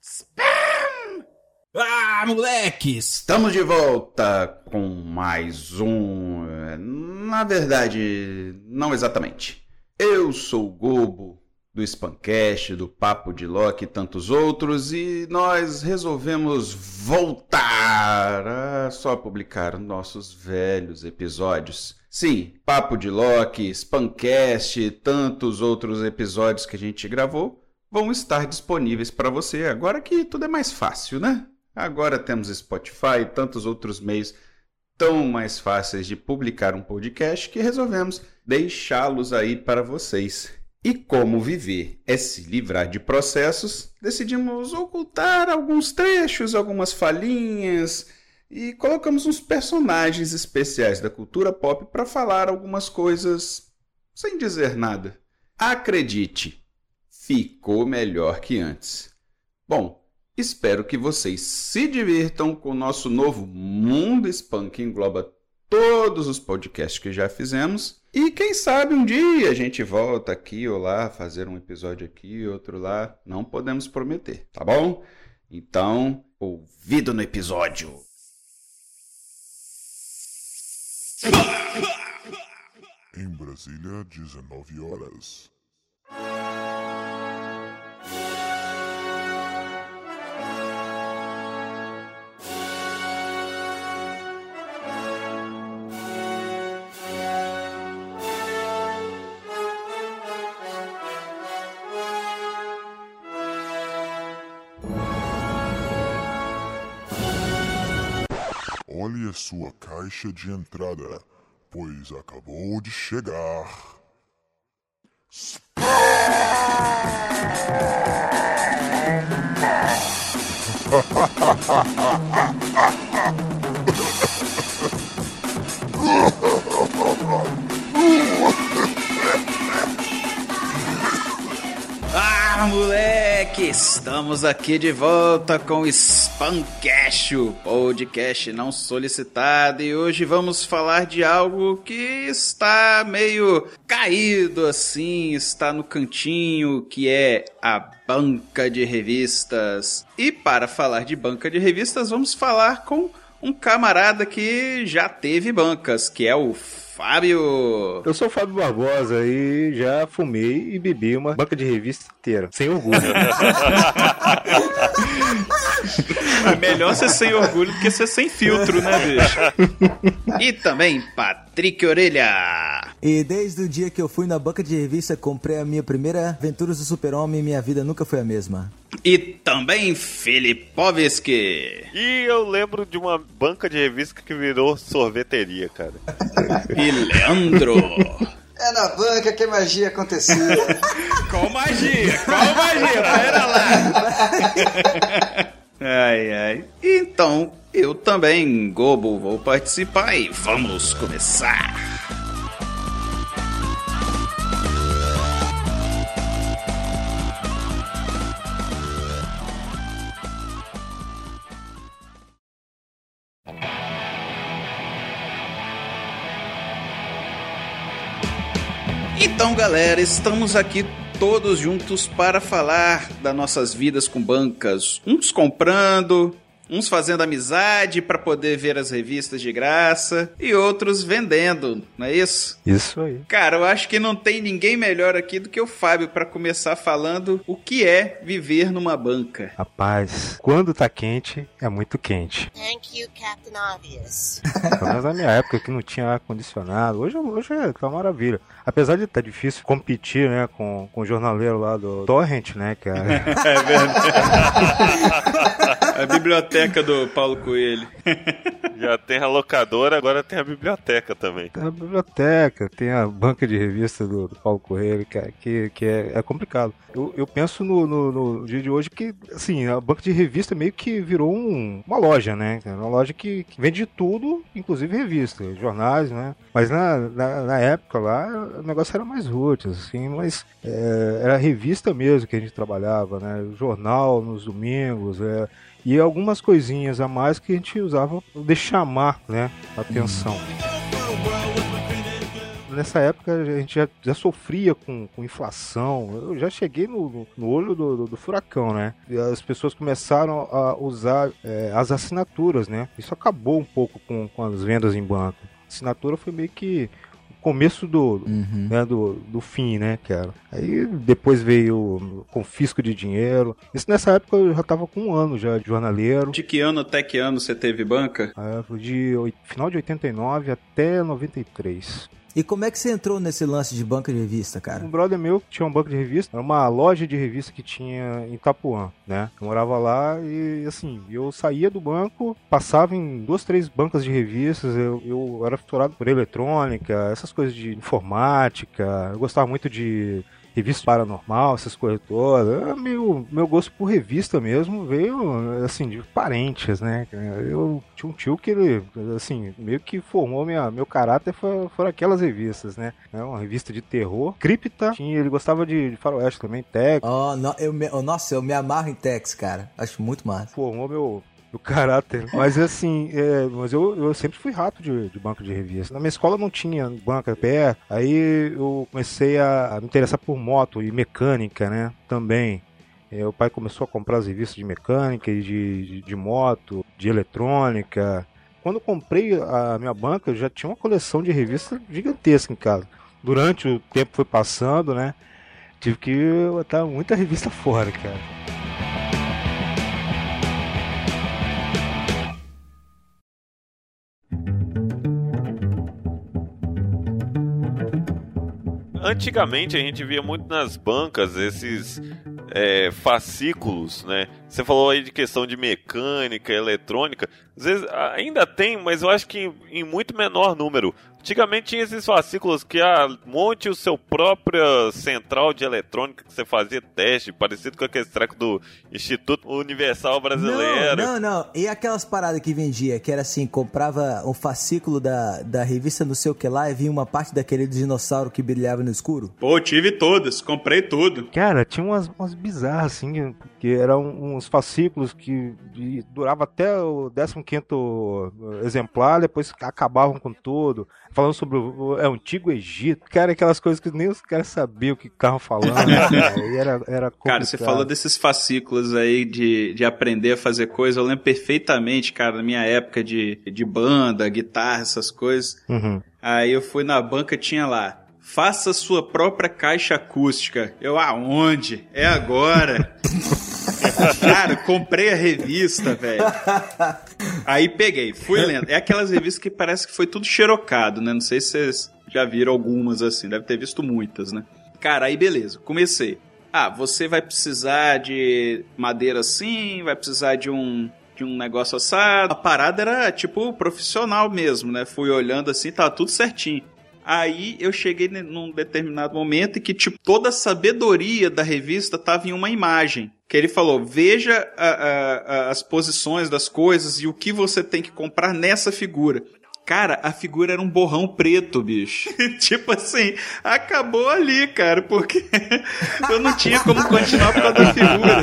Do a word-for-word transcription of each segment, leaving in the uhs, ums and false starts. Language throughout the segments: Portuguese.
Spam! Ah, moleques! Estamos de volta com mais um... Na verdade, não exatamente. Eu sou o Gobo, do Spamcast, do Papo de Loki e tantos outros, e nós resolvemos voltar a só publicar nossos velhos episódios. Sim, Papo de Loki, Spamcast e tantos outros episódios que a gente gravou vão estar disponíveis para você, agora que tudo é mais fácil, né? Agora temos Spotify e tantos outros meios tão mais fáceis de publicar um podcast que resolvemos deixá-los aí para vocês. E como viver é se livrar de processos, decidimos ocultar alguns trechos, algumas falhinhas e colocamos uns personagens especiais da cultura pop para falar algumas coisas sem dizer nada. Acredite, ficou melhor que antes. Bom, espero que vocês se divirtam com o nosso novo Mundo Spam, que engloba todos os podcasts que já fizemos. E quem sabe um dia a gente volta aqui ou lá, fazer um episódio aqui, outro lá. Não podemos prometer, tá bom? Então, ouvido no episódio. Em Brasília, dezenove horas. Olhe a sua caixa de entrada, pois acabou de chegar. Ah, moleque! Estamos aqui de volta com o Spamcast, o podcast não solicitado, e hoje vamos falar de algo que está meio caído assim, está no cantinho, que é a banca de revistas. E para falar de banca de revistas, vamos falar com um camarada que já teve bancas, que é o Fábio. Eu sou o Fábio Barbosa e já fumei e bebi uma banca de revista inteira, sem orgulho. É melhor ser sem orgulho do que ser sem filtro, né, bicho? E também Patrick Orelha. E desde o dia que eu fui na banca de revista, comprei a minha primeira Aventuras do Super-Homem e minha vida nunca foi a mesma. E também Filipovski. E eu lembro de uma banca de revista que virou sorveteria, cara. E Leandro. É na banca que a magia acontecia. Qual magia? Qual magia? Pera lá. Ai, ai. Então, eu também, Gobo, vou participar e vamos começar. Então, galera, estamos aqui todos juntos para falar das nossas vidas com bancas. Uns comprando, uns fazendo amizade para poder ver as revistas de graça e outros vendendo, não é isso? Isso aí. Cara, eu acho que não tem ninguém melhor aqui do que o Fábio para começar falando o que é viver numa banca. Rapaz, quando tá quente, é muito quente. Thank you, Captain Obvious. Pelo menos na minha época que não tinha ar-condicionado. Hoje, hoje é uma maravilha. Apesar de estar tá difícil competir, né, com, com o jornaleiro lá do Torrent, né, cara? É verdade. A biblioteca do Paulo Coelho. Já tem a locadora, agora tem a biblioteca também. Tem a biblioteca, tem a banca de revista do, do Paulo Coelho, que, que, que é, é complicado. Eu, eu penso no, no, no dia de hoje que, assim, a banca de revista meio que virou um, uma loja, né? Uma loja que, que vende tudo, inclusive revista, jornais, né? Mas na, na, na época lá, o negócio era mais roots, assim, mas é, era revista mesmo que a gente trabalhava, né? Jornal nos domingos, é, e algumas coisinhas a mais que a gente usava de chamar, né, a atenção. nessa época a gente já, já sofria com, com inflação. Eu já cheguei no, no, no olho do, do, do furacão, né? E as pessoas começaram a usar é, as assinaturas, né? Isso acabou um pouco com, com as vendas em banco. A assinatura foi meio que começo do, uhum. né, do, do fim, né, cara? Aí depois veio o confisco de dinheiro. Isso nessa época eu já tava com um ano já de jornaleiro. De que ano até que ano você teve banca? Ah, foi de final de oitenta e nove até noventa e três. E como é que você entrou nesse lance de banca de revista, cara? Um brother meu tinha uma banca de revista, era uma loja de revista que tinha em Itapuã, né? Eu morava lá e, assim, eu saía do banco, passava em duas, três bancas de revistas, eu, eu era fissurado por eletrônica, essas coisas de informática, eu gostava muito de revista paranormal, essas coisas todas. Meu, meu gosto por revista mesmo veio, assim, de parentes, né? Eu tinha um tio que ele, assim, meio que formou minha, meu caráter foram for aquelas revistas, né? Uma revista de terror. Cripta, tinha, ele gostava de, de faroeste também, Tex. Oh, no, eu me, oh, nossa, eu me amarro em Tex, cara. Acho muito massa. Formou meu... do caráter. Mas assim, é, mas eu, eu sempre fui rato de, de banca de revista. Na minha escola não tinha banca pé. Aí eu comecei a, a me interessar por moto e mecânica, né? Também. É, o pai começou a comprar as revistas de mecânica e de, de, de moto, de eletrônica. Quando eu comprei a minha banca, eu já tinha uma coleção de revistas gigantesca em casa. Durante o tempo foi passando, né? Tive que botar muita revista fora, cara. Antigamente a gente via muito nas bancas esses é, fascículos, né? Você falou aí de questão de mecânica, eletrônica. Às vezes ainda tem, mas eu acho que em muito menor número. Antigamente tinha esses fascículos que ah, monte o seu próprio central de eletrônica que você fazia teste, parecido com aquele treco do Instituto Universal Brasileiro. Não, não, não. E aquelas paradas que vendia, que era assim, comprava um fascículo da, da revista não sei o que lá e vinha uma parte daquele dinossauro que brilhava no escuro? Pô, tive todas, comprei tudo. Cara, tinha umas, umas bizarras, assim, que eram uns fascículos que de, durava até o décimo quinto exemplar, depois acabavam com tudo. Falando sobre o é, o Antigo Egito. Cara, aquelas coisas que nem os caras sabiam o que estavam falando. Cara, e era, era complicado. Cara, você falou desses fascículos aí de, de aprender a fazer coisa. Eu lembro perfeitamente, cara, na minha época de, de banda, guitarra, essas coisas. Uhum. Aí eu fui na banca, tinha lá: faça sua própria caixa acústica. Eu, aonde? É agora. Cara, comprei a revista, velho. Aí peguei, fui lendo. É aquelas revistas que parece que foi tudo xerocado, né? Não sei se vocês já viram algumas assim, deve ter visto muitas, né? Cara, aí beleza, comecei. Ah, você vai precisar de madeira assim, vai precisar de um, de um negócio assado. A parada era, tipo, profissional mesmo, né? Fui olhando assim, tava tudo certinho. Aí eu cheguei num determinado momento em que, tipo, toda a sabedoria da revista tava em uma imagem. Que ele falou: veja a, a, a, as posições das coisas e o que você tem que comprar nessa figura. Cara, a figura era um borrão preto, bicho. Tipo assim, acabou ali, cara, porque eu não tinha como continuar por causa da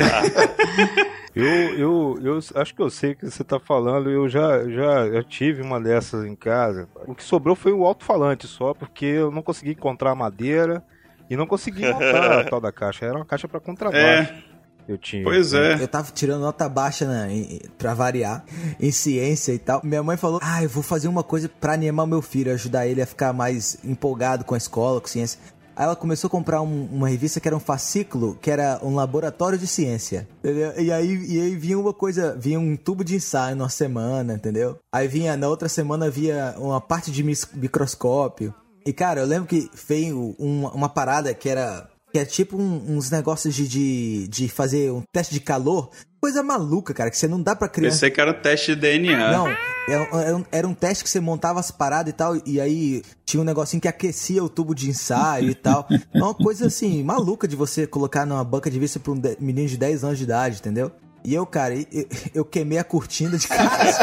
figura. Eu, eu, eu acho que eu sei o que você tá falando. Eu já, já, já tive uma dessas em casa. O que sobrou foi o alto-falante só, porque eu não consegui encontrar madeira e não consegui montar a tal da caixa. Era uma caixa pra contrabaixo. É. Eu tinha. Pois é. Eu tava tirando nota baixa, né, em, pra variar, em ciência e tal. Minha mãe falou: ah, eu vou fazer uma coisa pra animar o meu filho, ajudar ele a ficar mais empolgado com a escola, com ciência. Aí ela começou a comprar um, uma revista que era um fascículo, que era um laboratório de ciência, entendeu? E aí, e aí vinha uma coisa, vinha um tubo de ensaio numa semana, entendeu? Aí vinha, na outra semana vinha uma parte de microscópio. E cara, eu lembro que veio uma, uma parada que era... que é tipo um, uns negócios de, de, de fazer um teste de calor. Coisa maluca, cara, que você não dá pra criança... Pensei que era o teste de D N A. Não, era um, era um teste que você montava as paradas e tal, e aí tinha um negocinho que aquecia o tubo de ensaio e tal. É uma coisa, assim, maluca de você colocar numa banca de revista pra um de, menino de dez anos de idade, entendeu? E eu, cara, eu, eu queimei a cortina de casa.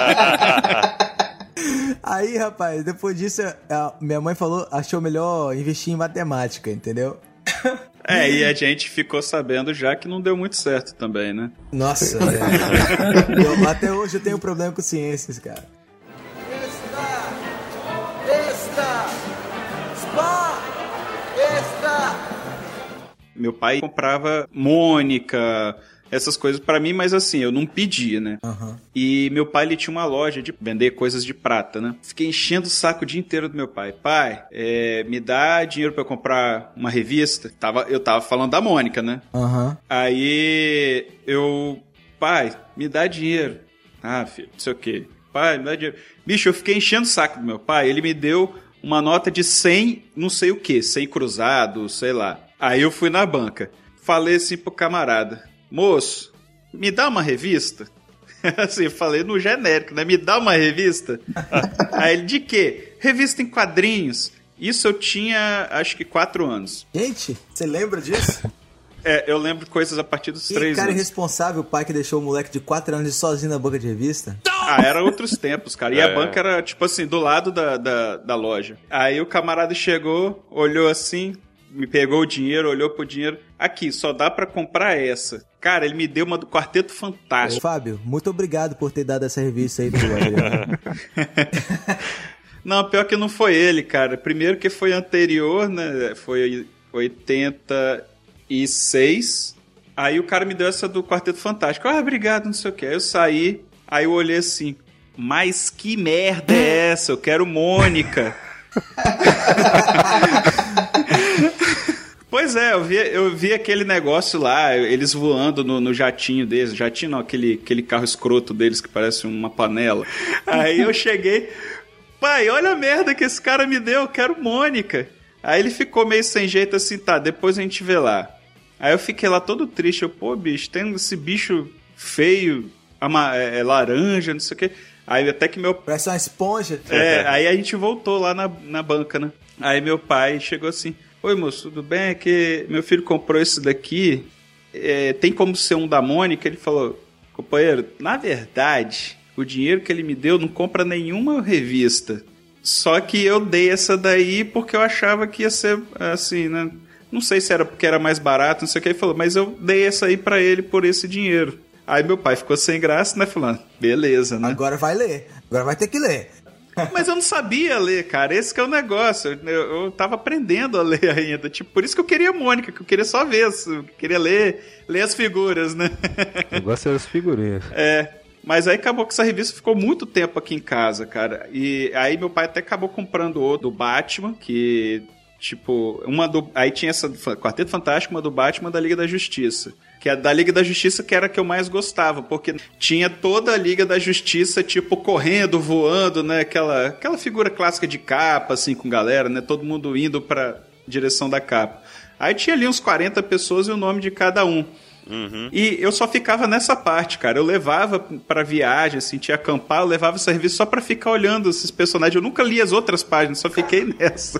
Aí, rapaz, depois disso, a minha mãe falou, achou melhor investir em matemática, entendeu? É, e a gente ficou sabendo já que não deu muito certo também, né? Nossa, velho. Eu, até hoje eu tenho problema com ciências, cara. Esta, esta, meu pai comprava Mônica, essas coisas pra mim, mas assim, eu não pedia, né? Uhum. E meu pai, ele tinha uma loja de vender coisas de prata, né? Fiquei enchendo o saco o dia inteiro do meu pai. Pai, é, me dá dinheiro pra eu comprar uma revista? Tava, eu tava falando da Mônica, né? Uhum. Aí eu... Pai, me dá dinheiro. Ah, filho, não sei o quê. Pai, me dá dinheiro. Bicho, eu fiquei enchendo o saco do meu pai. Ele me deu uma nota de cem, não sei o quê, cem cruzado, sei lá. Aí eu fui na banca. Falei assim pro camarada: moço, me dá uma revista? Assim, falei no genérico, né? Me dá uma revista? Aí ele, de quê? Revista em quadrinhos. Isso eu tinha, acho que, quatro anos. Gente, você lembra disso? É, eu lembro de coisas a partir dos E três cara anos. irresponsável, o pai que deixou o moleque de quatro anos sozinho na banca de revista. Ah, era outros tempos, cara. E É. a banca era, tipo assim, do lado da, da, da loja. Aí o camarada chegou, olhou assim, me pegou o dinheiro, olhou pro dinheiro. Aqui, só dá pra comprar essa. Cara, ele me deu uma do Quarteto Ô, Fantástico. Fábio, muito obrigado por ter dado essa revista aí pro Adriano. Não, pior que não foi ele, cara. Primeiro que foi anterior, né? Foi oitenta e seis. Aí o cara me deu essa do Quarteto Fantástico. Ah, obrigado, não sei o que. Aí eu saí, aí eu olhei assim. Mas que merda é essa? Eu quero Mônica. Pois é, eu vi, eu vi aquele negócio lá, eles voando no, no jatinho deles. Jatinho não, aquele, aquele carro escroto deles que parece uma panela. Aí eu cheguei... Pai, olha a merda que esse cara me deu, eu quero Mônica. Aí ele ficou meio sem jeito assim, tá, depois a gente vê lá. Aí eu fiquei lá todo triste, eu, pô, bicho, tem esse bicho feio, ama- é, é, laranja, não sei o quê. Aí até que meu... Parece uma esponja. É, aí a gente voltou lá na, na banca, né? Aí meu pai chegou assim, oi moço, tudo bem? É que meu filho comprou esse daqui, é, tem como ser um da Mônica? Ele falou, companheiro, na verdade... O dinheiro que ele me deu não compra nenhuma revista. Só que eu dei essa daí porque eu achava que ia ser assim, né? Não sei se era porque era mais barato, não sei o que. Ele falou, mas eu dei essa aí pra ele por esse dinheiro. Aí meu pai ficou sem graça, né? Falando, beleza, né? Agora vai ler. Agora vai ter que ler. Mas eu não sabia ler, cara. Esse que é o negócio. Eu, eu, eu tava aprendendo a ler ainda. Tipo, por isso que eu queria Mônica, que eu queria só ver. Eu queria ler, ler as figuras, né? Eu gosto das figurinhas. É... Mas aí acabou que essa revista ficou muito tempo aqui em casa, cara. E aí meu pai até acabou comprando outro do Batman, que, tipo, uma do... Aí tinha essa do Quarteto Fantástico, uma do Batman da Liga da Justiça. Que é da Liga da Justiça, que era a que eu mais gostava, porque tinha toda a Liga da Justiça, tipo, correndo, voando, né? Aquela, aquela figura clássica de capa, assim, com galera, né? Todo mundo indo pra direção da capa. Aí tinha ali uns quarenta pessoas e o nome de cada um. Uhum. E eu só ficava nessa parte, cara. Eu levava pra viagem, assim, tinha acampar, eu levava essa revista só pra ficar olhando esses personagens. Eu nunca li as outras páginas, só fiquei nessa.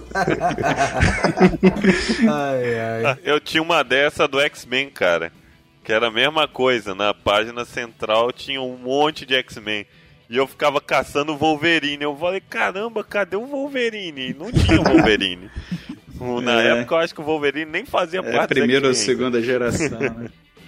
Ai, ai. Eu tinha uma dessa do X-Men, cara. Que era a mesma coisa. Na página central tinha um monte de X-Men. E eu ficava caçando o Wolverine. Eu falei, caramba, cadê o Wolverine? E não tinha o Wolverine. Na É. época eu acho que o Wolverine nem fazia É, parte primeira ou do X-Men. segunda geração, né?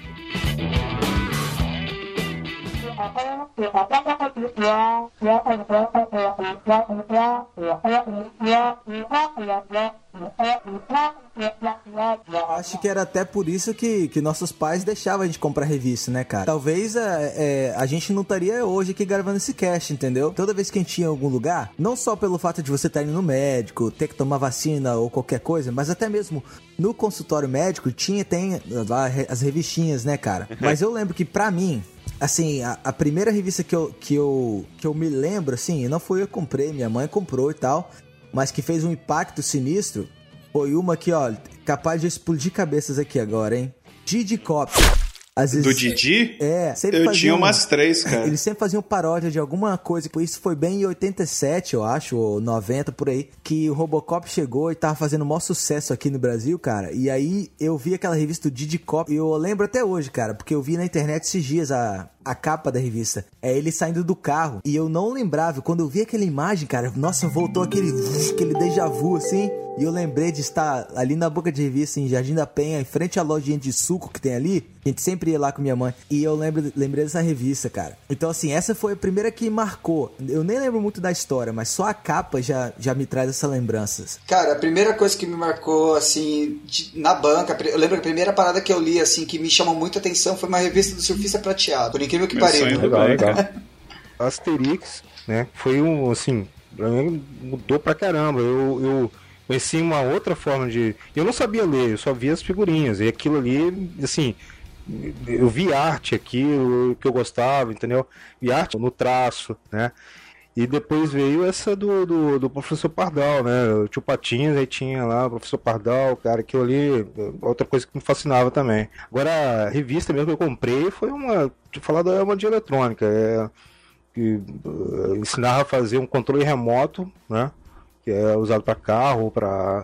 Acho que era até por isso que, que nossos pais deixavam a gente comprar revista, né, cara? Talvez é, é, a gente não estaria hoje aqui gravando esse cast, entendeu? Toda vez que a gente ia em algum lugar, não só pelo fato de você estar indo no médico, ter que tomar vacina ou qualquer coisa, mas até mesmo no consultório médico tinha, tem lá as revistinhas, né, cara? Mas eu lembro que pra mim, assim, a, a primeira revista que eu, que, eu, que eu me lembro, assim, não foi eu que comprei, minha mãe comprou e tal, mas que fez um impacto sinistro, foi uma que, ó, capaz de explodir cabeças aqui agora, hein? Didi Cop. Às vezes, Do Didi? É, sempre Eu faziam- tinha umas três, cara. Eles sempre faziam paródia de alguma coisa. Isso foi bem em oitenta e sete, eu acho, ou noventa, por aí, que o Robocop chegou e tava fazendo o maior sucesso aqui no Brasil, cara. E aí eu vi aquela revista do Didi Cop, e eu lembro até hoje, cara, porque eu vi na internet esses dias a, a capa da revista. É ele saindo do carro. E eu não lembrava, quando eu vi aquela imagem, cara, nossa, voltou aquele, aquele déjà vu, assim. E eu lembrei de estar ali na boca de revista, em Jardim da Penha, em frente à lojinha de suco que tem ali. A gente sempre ia lá com minha mãe. E eu lembro, lembrei dessa revista, cara. Então, assim, essa foi a primeira que marcou. Eu nem lembro muito da história, mas só a capa já, já me traz essas lembranças. Cara, a primeira coisa que me marcou, assim, de, na banca, eu lembro que a primeira parada que eu li, assim, que me chamou muita atenção foi uma revista do Surfista Prateado. Por incrível que pareça. Legal, legal. Asterix, né? Foi um, assim, pra mim mudou pra caramba. Eu, eu conheci uma outra forma de... Eu não sabia ler, eu só via as figurinhas. E aquilo ali, assim, eu vi arte aqui, o que eu gostava, entendeu? Vi arte no traço, né? E depois veio essa do, do, do professor Pardal, né? O tio Patinhas, aí tinha lá o professor Pardal, cara, aquilo ali, outra coisa que me fascinava também. Agora, a revista mesmo que eu comprei foi uma, de falar da uma de eletrônica, é, que uh, ensinava a fazer um controle remoto, né? Que é usado para carro, para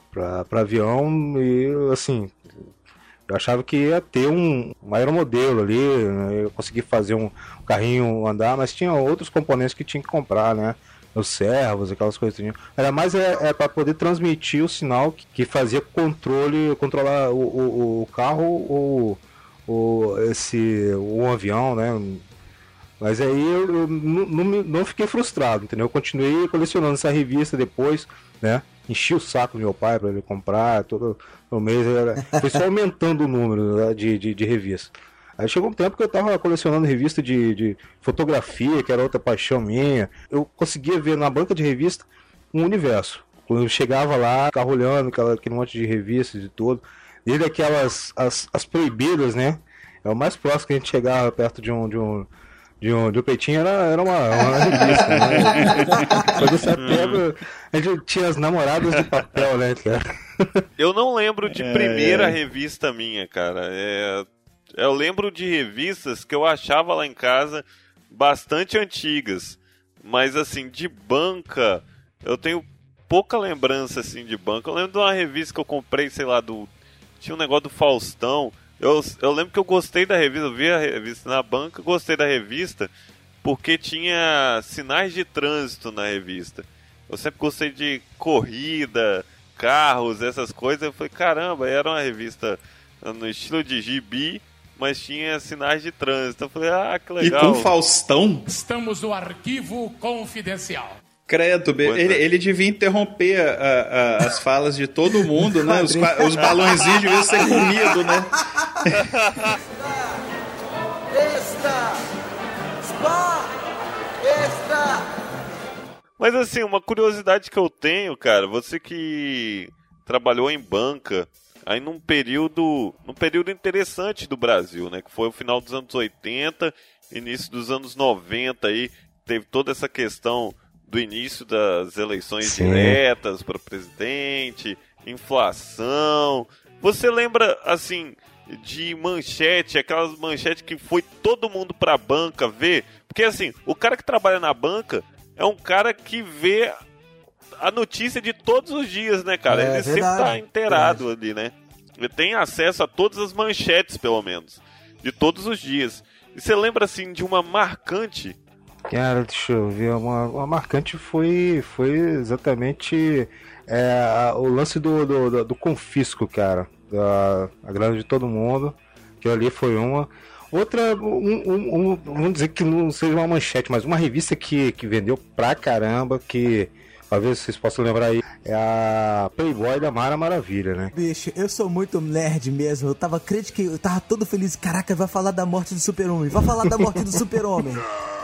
avião, e assim, eu achava que ia ter um, um aeromodelo ali, né? Eu consegui fazer um carrinho andar, mas tinha outros componentes que tinha que comprar, né? Os servos, aquelas coisas. Era mais é, é para poder transmitir o sinal que, que fazia controle, controlar o, o, o carro ou, ou esse, um avião, né? Mas aí eu, eu não, não, não fiquei frustrado, entendeu? Eu continuei colecionando essa revista depois, né? Enchi o saco do meu pai para ele comprar todo, todo mês. Era, foi só aumentando o número, né, de, de, de revistas. Aí chegou um tempo que eu estava colecionando revista de, de fotografia, que era outra paixão minha. Eu conseguia ver na banca de revista um universo. Quando eu chegava lá, ficava olhando aquela, aquele monte de revistas e tudo. Desde aquelas as, as proibidas, né? É o mais próximo que a gente chegava perto de um... De um De um, de um peitinho era, era uma, uma revista, né? Quando essa época, a gente tinha as namoradas de papel, né, cara? Eu não lembro de primeira revista minha, cara. É, eu lembro de revistas que eu achava lá em casa bastante antigas. Mas, assim, de banca, eu tenho pouca lembrança, assim, de banca. Eu lembro de uma revista que eu comprei, sei lá, do... Tinha um negócio do Faustão. Eu, eu lembro que eu gostei da revista, eu vi a revista na banca, gostei da revista porque tinha sinais de trânsito na revista. Eu sempre gostei de corrida, carros, essas coisas. Eu falei, caramba, era uma revista no estilo de gibi, mas tinha sinais de trânsito. Eu falei, ah, que legal. E com Faustão? Estamos no arquivo confidencial. Credo, ele, ele devia interromper a, a, as falas de todo mundo, né? Os, os balãozinhos deviam ser comidos, né? Extra! Spa! Extra! Mas assim, uma curiosidade que eu tenho, cara, você que trabalhou em banca, aí num período, num período interessante do Brasil, né? Que foi o final dos anos oitenta, início dos anos noventa aí, teve toda essa questão do início das eleições Sim. diretas para presidente, inflação. Você lembra, assim, de manchete, aquelas manchetes que foi todo mundo pra banca ver? Porque, assim, o cara que trabalha na banca é um cara que vê a notícia de todos os dias, né, cara? É, Ele verdade, sempre tá inteirado verdade. ali, né? Ele tem acesso a todas as manchetes, pelo menos, de todos os dias. E você lembra, assim, de uma marcante... Cara, deixa eu ver, uma, uma marcante foi, foi exatamente é, o lance do, do, do, do confisco, cara, da, a grana de todo mundo, que ali foi uma. Outra, um, um, um, vamos dizer que não seja uma manchete, mas uma revista que, que vendeu pra caramba, que talvez vocês possam lembrar aí, é a Playboy da Mara Maravilha, né? Bicho, eu sou muito nerd mesmo. Eu tava crente que eu tava todo feliz. Caraca, vai falar da morte do Super-Homem, vai falar da morte do Super-Homem.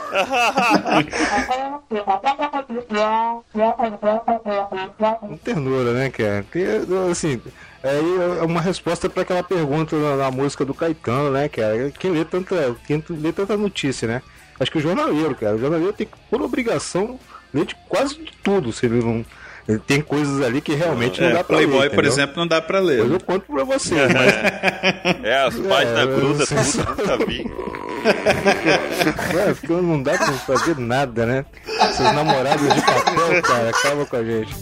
Com ternura, né, cara? Porque, assim, é uma resposta para aquela pergunta na, na música do Caetano, né, cara? Quem lê tanta, quem lê tanta notícia, né? Acho que o jornaleiro, cara, o jornaleiro tem por obrigação ler de quase de tudo, se ele não... Tem coisas ali que realmente é, não dá pra Playboy, ler. Playboy, por exemplo, não dá pra ler. Mas eu conto pra vocês, mas... É, as páginas é, grudas, eu... tudo, nunca vi. É, porque não dá pra fazer nada, né? Essas namoradas de papel, cara, acabam com a gente.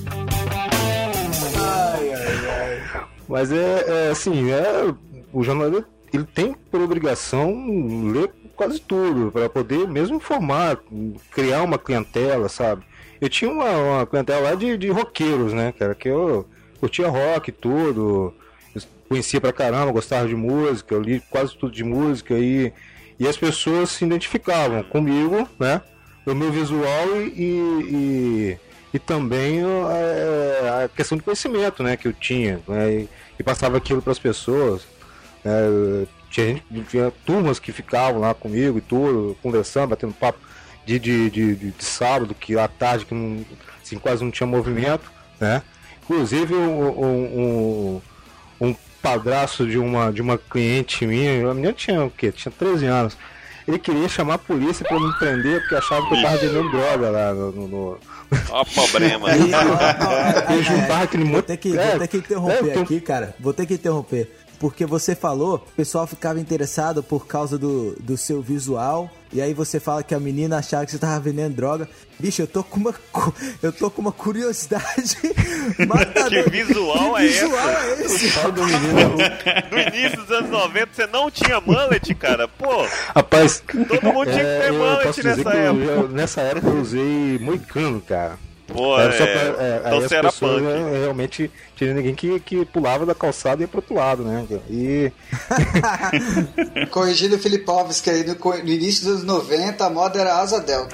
Ai, ai, ai. Mas é, é assim, é, o jornalista, ele tem por obrigação ler quase tudo, para poder mesmo informar, criar uma clientela, sabe? Eu tinha uma, uma clientela lá de, de roqueiros, né, cara, que eu curtia rock e tudo. conhecia pra caramba, gostava de música, eu li quase tudo de música e, e as pessoas se identificavam comigo, né? O meu visual e, e, e também a, a questão de conhecimento, né, que eu tinha, né, e, e passava aquilo para as pessoas. Né, tinha, gente, tinha turmas que ficavam lá comigo e tudo, conversando, batendo papo de, de, de, de, de sábado, que à tarde que não, assim, quase não tinha movimento, né? Inclusive um, um, um padrasto de uma, de uma cliente minha, a menina tinha o quê? Tinha treze anos. Ele queria chamar a polícia pra me prender porque achava que eu tava vendendo droga lá no... no, no... Ó, problema. Ele juntava aquele monte... Vou ter que, é, vou ter que interromper é, aqui, cara. Vou ter que interromper. Porque você falou, o pessoal ficava interessado por causa do, do seu visual. E aí você fala que a menina achava que você tava vendendo droga. Bicho, eu tô com uma, eu tô com uma curiosidade matadora. Que visual é esse? Que visual é esse? No início dos anos noventa você não tinha mullet, cara? Pô, rapaz, todo mundo tinha que ter é, mullet nessa época. Eu, nessa época eu usei moicano, cara. Pô, era só pra, é... é, então você era punk. É, realmente tinha ninguém que, que pulava da calçada e ia pro outro lado, né? E... Corrigindo o Filipovski aí, no, no início dos anos noventa, a moda era asa delta.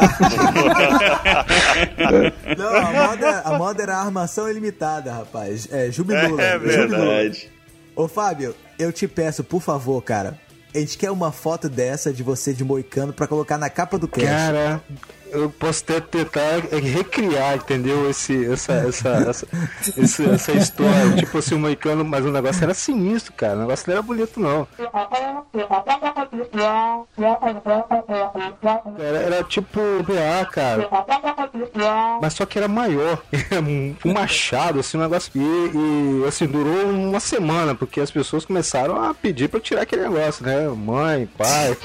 Não, a moda, a moda era armação ilimitada, rapaz. É, Jubilula. É verdade. Ô, Fábio, eu te peço, por favor, cara, a gente quer uma foto dessa de você de moicano pra colocar na capa do cast. Cara... Eu posso até tentar recriar, entendeu? Esse, essa, essa, essa, essa, essa história. Tipo assim, o moicano, mas o negócio era sinistro, cara. O negócio não era bonito, não. Era, era tipo B A, cara. Mas só que era maior. Um machado, assim, um negócio. E, e, assim, durou uma semana, porque as pessoas começaram a pedir pra eu tirar aquele negócio, né? Mãe, pai.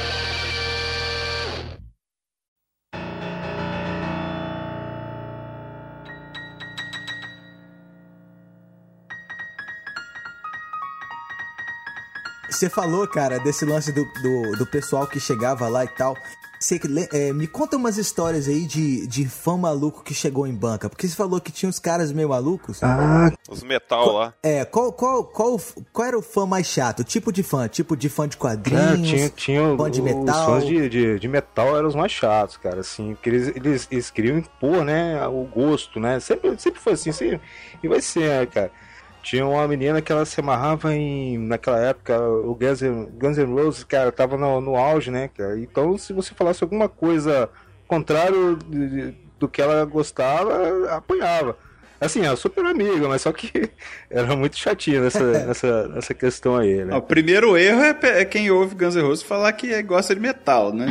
Você falou, cara, desse lance do, do, do pessoal que chegava lá e tal. Você, é, me conta umas histórias aí de, de fã maluco que chegou em banca. Porque você falou que tinha uns caras meio malucos. Ah, os metal qual, lá. É, qual, qual, qual, qual era o fã mais chato? O tipo de fã? Tipo de fã de quadrinhos? Cara, tinha, tinha fã de metal? Os fãs de, de, de metal eram os mais chatos, cara. Assim, porque eles, eles, eles queriam impor, né, o gosto, né? Sempre, sempre foi assim, sempre, e vai ser, né, cara? Tinha uma menina que ela se amarrava em... Naquela época, o Guns N', Guns N' Roses, cara, tava no, no auge, né, cara? Então, se você falasse alguma coisa contrário de, do que ela gostava, apanhava. Assim, ela super amiga, mas só que era muito chatinha nessa, nessa, nessa questão aí, né? O primeiro erro é, é quem ouve Guns N' Roses falar que gosta de metal, né?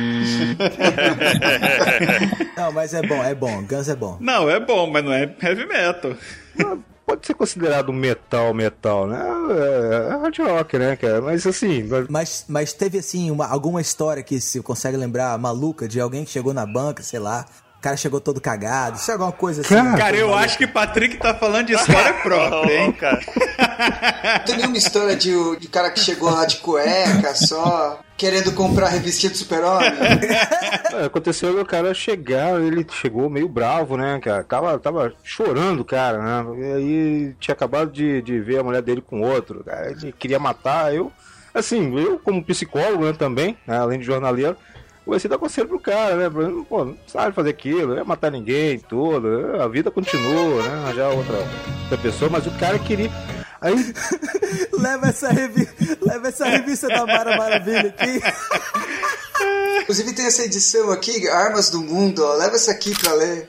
Não, mas é bom, é bom. Guns é bom. Não, é bom, mas não é heavy metal. Pode ser considerado metal, metal, né? É, é hard rock, né, cara? Mas assim... Mas, mas teve, assim, uma, alguma história que se consegue lembrar, maluca, de alguém que chegou na banca, sei lá, o cara chegou todo cagado, isso é alguma coisa assim... Cara, cara eu maluca. Acho que Patrick tá falando de história própria, hein? Cara. Tem nenhuma história de, de cara que chegou lá de cueca, só... querendo comprar a revistinha do Super-Homem? É, aconteceu o cara chegar, ele chegou meio bravo, né, cara? Tava, tava chorando, cara, né? E aí tinha acabado de, de ver a mulher dele com outro, cara. Ele queria matar. Eu, assim, eu como psicólogo, né, também, né, além de jornaleiro, comecei a dar conselho pro cara, né? Pô, não sabe fazer aquilo, não ia matar ninguém, tudo. A vida continua, né? Arranjar outra, outra pessoa, mas o cara queria. Aí... leva, essa revi... leva essa revista da Mara Maravilha aqui. Inclusive tem essa edição aqui, Armas do Mundo, ó. Leva essa aqui pra ler.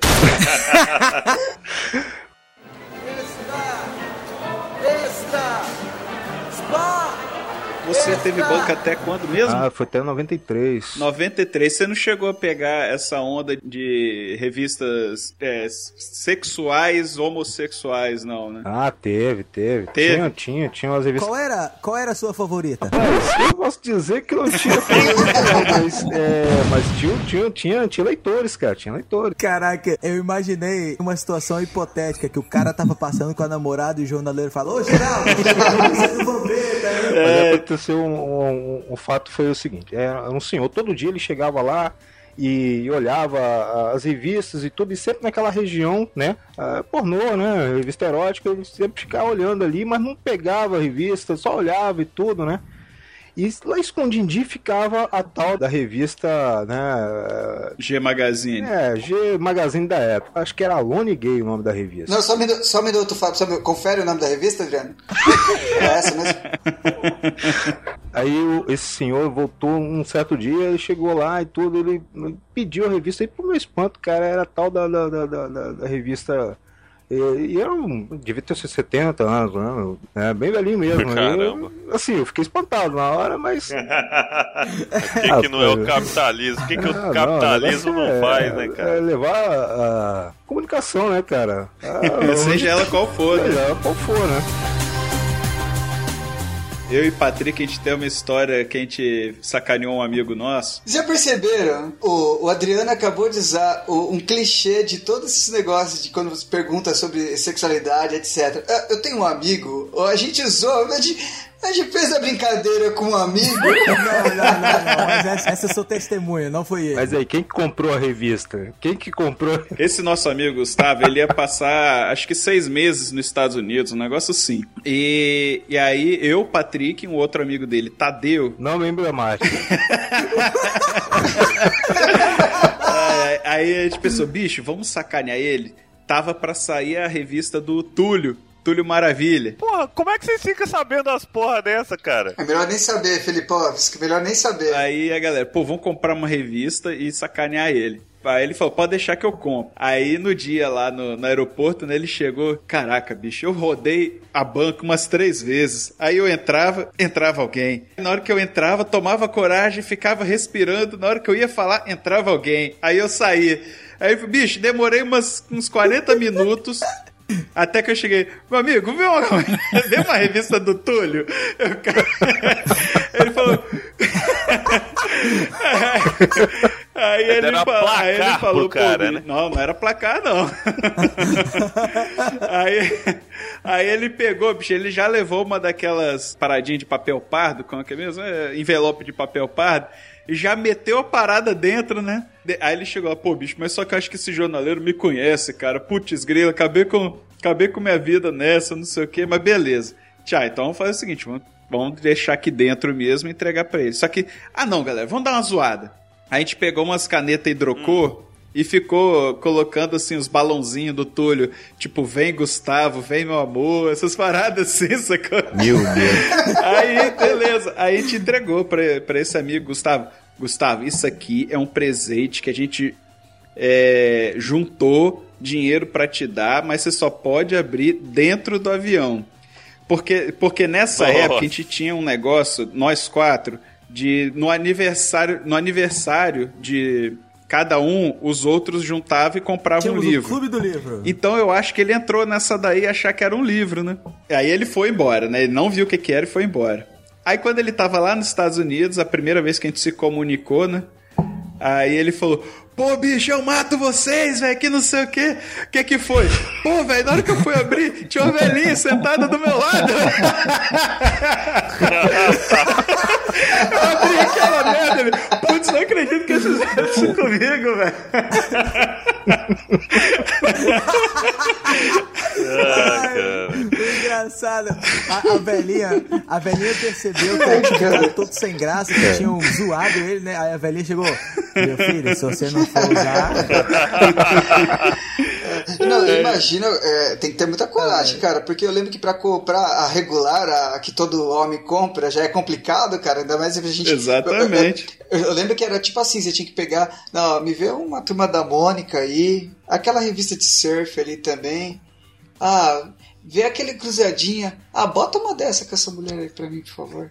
Você teve banca até quando mesmo? Ah, foi até noventa e três. noventa e três. Você não chegou a pegar essa onda de revistas é, sexuais, homossexuais, não, né? Ah, teve, teve. Teve? Tinha, tinha, tinha umas revistas... Qual era, qual era a sua favorita? Rapaz, eu posso dizer que não tinha favorita, mas, é, mas tinha, tinha, tinha, tinha leitores, cara, tinha leitores. Caraca, eu imaginei uma situação hipotética que o cara tava passando com a namorada e o jornaleiro falou: ô, Geraldo, você não vão ver, tá aí? Aconteceu um, um, um fato, foi o seguinte, é, um senhor, todo dia ele chegava lá e olhava as revistas e tudo, e sempre naquela região, né, uh, pornô, né, revista erótica, ele sempre ficava olhando ali, mas não pegava a revista, só olhava e tudo, né. E lá escondidinho ficava a tal da revista, né... G Magazine. É, G Magazine da época. Acho que era Alone Gay o nome da revista. Não, só um minuto, só um minuto Fábio. Só um minuto. Confere o nome da revista, Adriano? É essa mesmo? Aí o, esse senhor voltou um certo dia, ele chegou lá e tudo, ele pediu a revista, e pro meu espanto, cara, era tal da, da, da, da, da revista... E eu devia ter seus setenta anos, né? É bem velhinho mesmo. Caramba. Eu, assim, eu fiquei espantado na hora, mas... O que, que não é o capitalismo? O que, que o capitalismo não, não faz, né, cara? É levar a, a comunicação, né, cara? A, seja ela qual for, né? Seja ela qual for, né? Eu e Patrick, a gente tem uma história que a gente sacaneou um amigo nosso. Já perceberam? O, o Adriano acabou de usar o, um clichê de todos esses negócios de quando você pergunta sobre sexualidade, etcétera. Eu tenho um amigo, a gente usou... A gente, a gente fez a brincadeira com um amigo. Não, não, não, não. Mas essa, essa eu sou testemunha, não foi ele. Mas aí, quem que comprou a revista? Quem que comprou? Esse nosso amigo Gustavo, ele ia passar acho que seis meses nos Estados Unidos, um negócio assim. E, e aí eu, Patrick, um outro amigo dele, Tadeu. Não lembro mais. aí, aí a gente pensou, bicho, vamos sacanear ele. Tava pra sair a revista do Túlio. Túlio Maravilha. Porra, como é que vocês ficam sabendo as porra dessa, cara? É melhor nem saber, Felipovski, melhor nem saber. Aí a galera, pô, vamos comprar uma revista e sacanear ele. Aí ele falou, pode deixar que eu compro. Aí no dia lá no, no aeroporto, né, ele chegou, caraca, bicho, eu rodei a banca umas três vezes. Aí eu entrava, entrava alguém. Na hora que eu entrava, tomava coragem, ficava respirando. Na hora que eu ia falar, entrava alguém. Aí eu saía. Aí, bicho, demorei umas, uns quarenta minutos... Até que eu cheguei, meu amigo, vê uma, vê uma revista do Túlio? Eu, ele falou. Aí ele, era falou, placar aí ele falou, pro cara, né? Não, não era placar, não. aí, aí ele pegou, bicho, ele já levou uma daquelas paradinhas de papel pardo, como é que é mesmo? É, envelope de papel pardo. E já meteu a parada dentro, né? Aí ele chegou lá, pô, bicho, mas só que eu acho que esse jornaleiro me conhece, cara. Putz, grila, acabei com, acabei com minha vida nessa, não sei o quê, mas beleza. Tchau, então vamos fazer o seguinte, vamos, vamos deixar aqui dentro mesmo e entregar pra ele. Só que, ah não, galera, vamos dar uma zoada. A gente pegou umas canetas hidrocor hum. e ficou colocando, assim, os balãozinhos do Túlio, tipo, vem Gustavo, vem meu amor, essas paradas assim, sacou? Meu Deus. Aí, beleza, aí a gente entregou pra, pra esse amigo, Gustavo. Gustavo, isso aqui é um presente que a gente é, juntou dinheiro pra te dar, mas você só pode abrir dentro do avião. Porque, porque nessa Nossa. época a gente tinha um negócio, nós quatro, de no aniversário, no aniversário de cada um, os outros juntavam e compravam Tínhamos um livro. O clube do livro. Então eu acho que ele entrou nessa daí e achar que era um livro, né? Aí ele foi embora, né? Ele não viu o que que era e foi embora. Aí quando ele tava lá nos Estados Unidos, a primeira vez que a gente se comunicou, né? Aí ele falou, pô, bicho, eu mato vocês, velho, que não sei o quê. O que que foi? Pô, velho, na hora que eu fui abrir, tinha uma velhinha sentada do meu lado. Eu abri aquela merda, ele, putz, não acredito que eles fizeram isso comigo, velho. Ai, engraçado. A, a velhinha, a velhinha percebeu que a gente ficava todo sem graça, que tinham zoado ele, né? Aí a velhinha chegou, meu filho, se você não for usar... Não, eu imagino, é, tem que ter muita coragem, cara, porque eu lembro que pra comprar a regular, a, a que todo homem compra, já é complicado, cara, ainda mais a gente... Exatamente. Eu, eu, eu lembro que era tipo assim, você tinha que pegar, não, me vê uma Turma da Mônica aí, aquela revista de surf ali também, ah, vê aquele Cruzadinha, ah, bota uma dessa com essa mulher aí pra mim, por favor.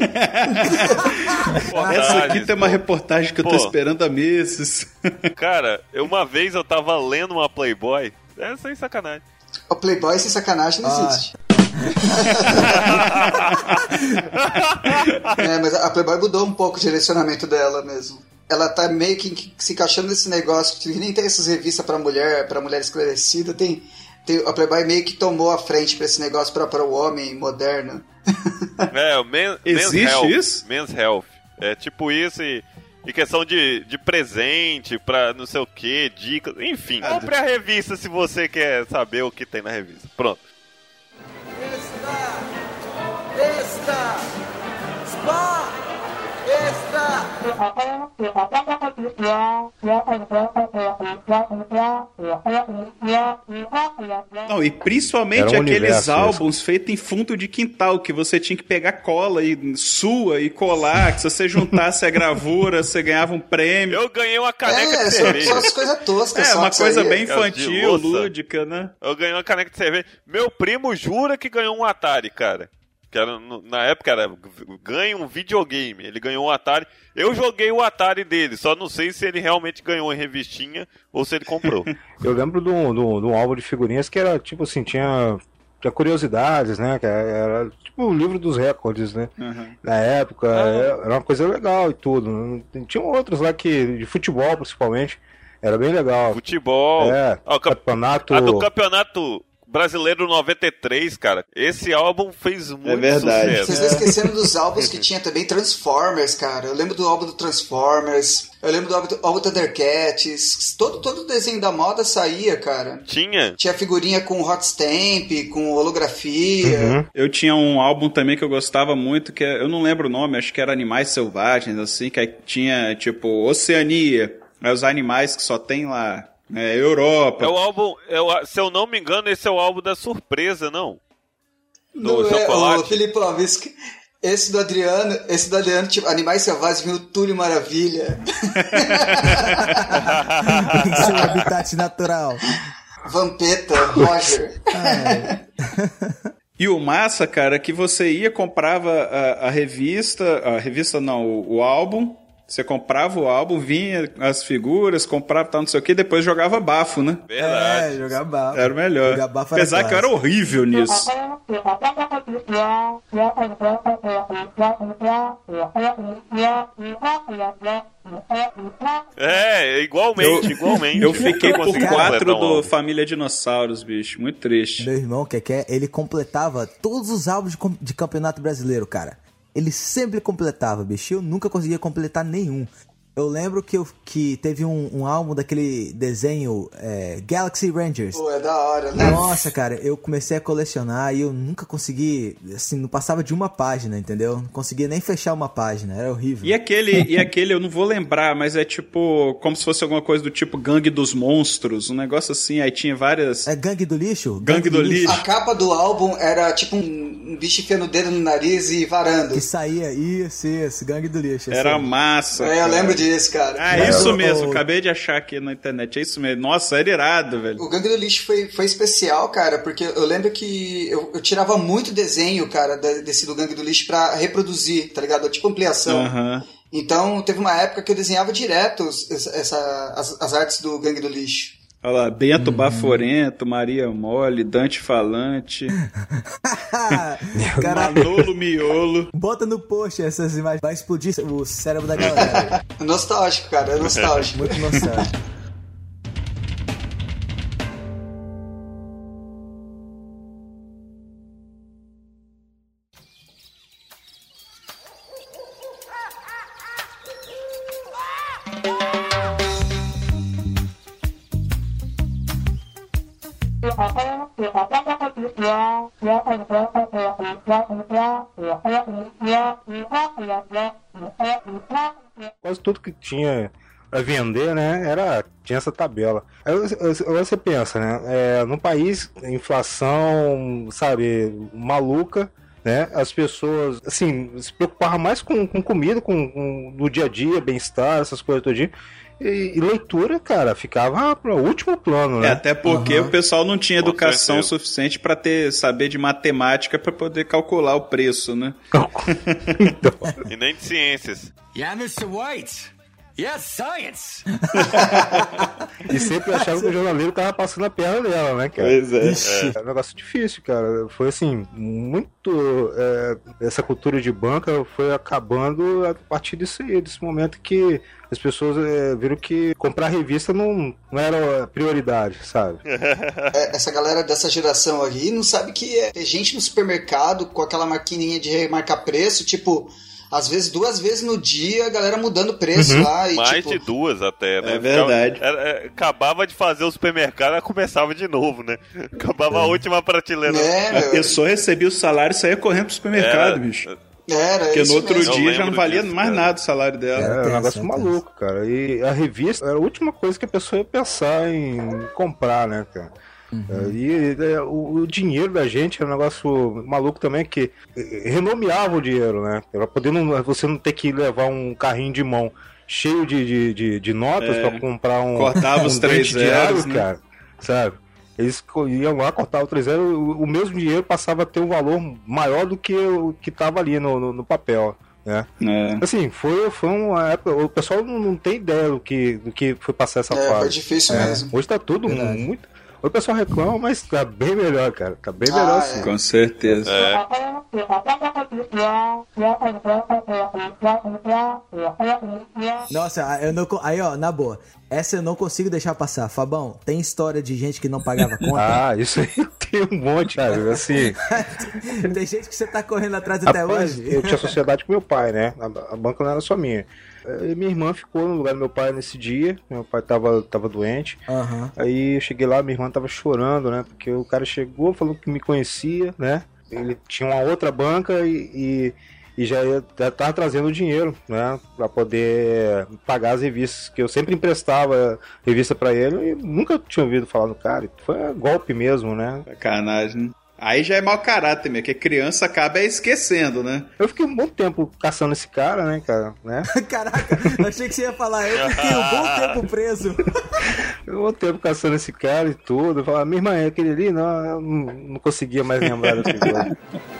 Essa aqui tem uma pô. reportagem que eu tô pô. esperando há meses. Cara, uma vez eu tava lendo uma Playboy, é sem sacanagem. O Playboy sem sacanagem não ah. existe. É, mas a Playboy mudou um pouco o direcionamento dela mesmo. Ela tá meio que se encaixando nesse negócio que nem tem essas revistas pra mulher, pra mulher esclarecida, tem... A Playboy meio que tomou a frente pra esse negócio pra, pra o homem moderno. É, o men, Existe men's health, isso? Men's Health. É tipo isso e, em questão de, de presente, pra não sei o que, dicas, enfim. Compre a revista se você quer saber o que tem na revista. Pronto. Extra! Extra! Spa! Extra! Não, e principalmente um aqueles álbuns isso. feitos em fundo de quintal, que você tinha que pegar cola e sua e colar, que se você juntasse a gravura, você ganhava um prêmio. Eu ganhei uma caneca é, de cerveja. Só as coisas toscas. É, só uma coisa aí. bem infantil, lúdica, né? Eu ganhei uma caneca de cerveja. Meu primo jura que ganhou um Atari, cara. Que era, na época era ganha um videogame. Ele ganhou um Atari. Eu joguei o Atari dele, só não sei se ele realmente ganhou em revistinha ou se ele comprou. Eu lembro de um, de, um, de um álbum de figurinhas que era tipo assim, tinha, tinha curiosidades, né? Que era tipo o livro dos recordes, né? Uhum. Na época, ah. era uma coisa legal e tudo. Tinha outros lá que, de futebol principalmente, era bem legal. Futebol. É, ah, o campeonato. A do campeonato Brasileiro noventa e três, cara. Esse álbum fez muito é verdade. sucesso. Vocês estão esquecendo dos álbuns que tinha também Transformers, cara. Eu lembro do álbum do Transformers. Eu lembro do álbum do álbum Thundercats. Todo, todo desenho da moda saía, cara. Tinha? Tinha figurinha com hot stamp, com holografia. Uhum. Eu tinha um álbum também que eu gostava muito, que eu não lembro o nome, acho que era Animais Selvagens, assim, que aí tinha, tipo, Oceania. Aí os animais que só tem lá. É, Europa. É o álbum, é o, se eu não me engano, esse é o álbum da surpresa, não? Do não chocolate. É, o Filipão, esse, esse do Adriano, esse do Adriano, tipo, Animais Selvagens, viu Túlio Maravilha. Seu habitat natural. Vampeta, Roger. E o massa, cara, é que você ia, comprava a, a revista, a revista não, o, o álbum. Você comprava o álbum, vinha as figuras, comprava tal, não sei o que, depois jogava bafo, né? Verdade. É, jogar bafo. Era o melhor. Jogar bafo Apesar era que eu era horrível nisso. É, igualmente, eu, igualmente. Eu fiquei por quatro do Família Dinossauros, bicho. Muito triste. Meu irmão, Keké, ele completava todos os álbuns de, de campeonato brasileiro, cara. Ele sempre completava, bicho. Eu nunca conseguia completar nenhum. Eu lembro que, eu, que teve um, um álbum daquele desenho é, Galaxy Rangers. Pô, é da hora, né? Nossa, cara, eu comecei a colecionar e eu nunca consegui, assim, não passava de uma página, entendeu? Não conseguia nem fechar uma página, era horrível. E aquele, e aquele eu não vou lembrar, mas é tipo, como se fosse alguma coisa do tipo Gangue dos Monstros, um negócio assim, aí tinha várias... É Gangue do Lixo? Gangue, Gangue do, do lixo. A capa do álbum era tipo um, um bicho enfiando o dedo no nariz e varando. Que saía, isso, isso, Gangue do Lixo. Era aí. Massa. É, eu lembro disso. Esse, cara. Ah, é isso mesmo, o... acabei de achar aqui na internet, é isso mesmo. Nossa, era irado, velho. O Gangue do Lixo foi, foi especial, cara, porque eu lembro que eu, eu tirava muito desenho, cara, desse do Gangue do Lixo pra reproduzir, tá ligado? Tipo ampliação. Uhum. Então, teve uma época que eu desenhava direto essa, as, as artes do Gangue do Lixo. Olha lá, Bento hum. Baforento, Maria Mole, Dante Falante, Manolo Miolo. Bota no post essas imagens, vai explodir o cérebro da galera. Nostálgico, cara, é nostálgico. Muito nostálgico. Quase tudo que tinha pra vender, né, era, tinha essa tabela. Aí você pensa, né, é, num país, inflação, sabe, maluca, né, as pessoas, assim, se preocupavam mais com, com comida, com, com no dia a dia, bem-estar, essas coisas todo dia. E, e leitura, cara, ficava para o último plano, né? É, até porque uhum. o pessoal não tinha educação suficiente para ter saber de matemática para poder calcular o preço, né? Então. E nem de ciências. Yeah, mister White. Yes, science! E sempre achava que o jornaleiro tava passando a perna dela, né, cara? Pois é. Ixi, é um negócio difícil, cara. Foi assim, muito... É, essa cultura de banca foi acabando a partir disso aí, desse momento que as pessoas é, viram que comprar revista não, não era prioridade, sabe? Essa galera dessa geração aí não sabe que é ter gente no supermercado com aquela maquininha de remarcar preço, tipo... às vezes duas vezes no dia, a galera mudando o preço Uhum. lá. E, Mais tipo... de duas até, né? É verdade. Ficava- era- é, acabava de fazer o supermercado, ela começava de novo, né? Acabava a última prateleira. É, A meu, pessoa recebia o salário e saía correndo pro supermercado, Era- bicho. era Porque isso no outro mesmo. Eu dia já não lembro valia disso, mais cara. nada o salário dela. É, é um tenso, negócio é maluco, cara. E a revista era a última coisa que a pessoa ia pensar em comprar, né, cara? É, E é, o, o dinheiro da gente é um negócio maluco também, que é, renomeava o dinheiro, né? Pra poder não, você não ter que levar um carrinho de mão cheio de, de, de, de notas É. pra comprar um, Cortava um os três dente de água, zeros, né? cara. Sabe? Eles co- iam lá, cortavam o três zeros, o, o mesmo dinheiro passava a ter um valor maior do que o que tava ali no, no, no papel, né? É. Assim, foi, foi uma época. O pessoal não, não tem ideia do que, do que foi passar essa É, fase. foi difícil É. mesmo. Hoje tá tudo Verdade. muito. O pessoal reclama, mas tá bem melhor, cara. Tá bem melhor Ah, sim. é. Com certeza. É. Nossa, eu não, co- aí ó, na boa, essa eu não consigo deixar passar. Fabão, tem história de gente que não pagava conta? Ah, isso aí tem um monte, cara. Assim, Tem gente que você tá correndo atrás até rapaz, hoje? eu tinha sociedade com meu pai, né? A, a banca não era só minha. E minha irmã ficou no lugar do meu pai nesse dia. Meu pai tava, tava doente. Aham. Aí eu cheguei lá, minha irmã tava chorando, né? Porque o cara chegou, falou que me conhecia, né? Ele tinha uma outra banca e, e, e já, ia, já tava trazendo dinheiro, né? Pra poder pagar as revistas, que eu sempre emprestava revista pra ele e nunca tinha ouvido falar no cara. Foi golpe mesmo, né? Sacanagem. Aí já é mau caráter mesmo, que criança acaba esquecendo, né? Eu fiquei um bom tempo caçando esse cara, né, cara? Né? Caraca, eu achei que você ia falar, eu fiquei um bom tempo preso. Eu um bom tempo caçando esse cara e tudo. Eu falava, minha irmã, é aquele ali? Não, eu não, não conseguia mais lembrar dessa coisa.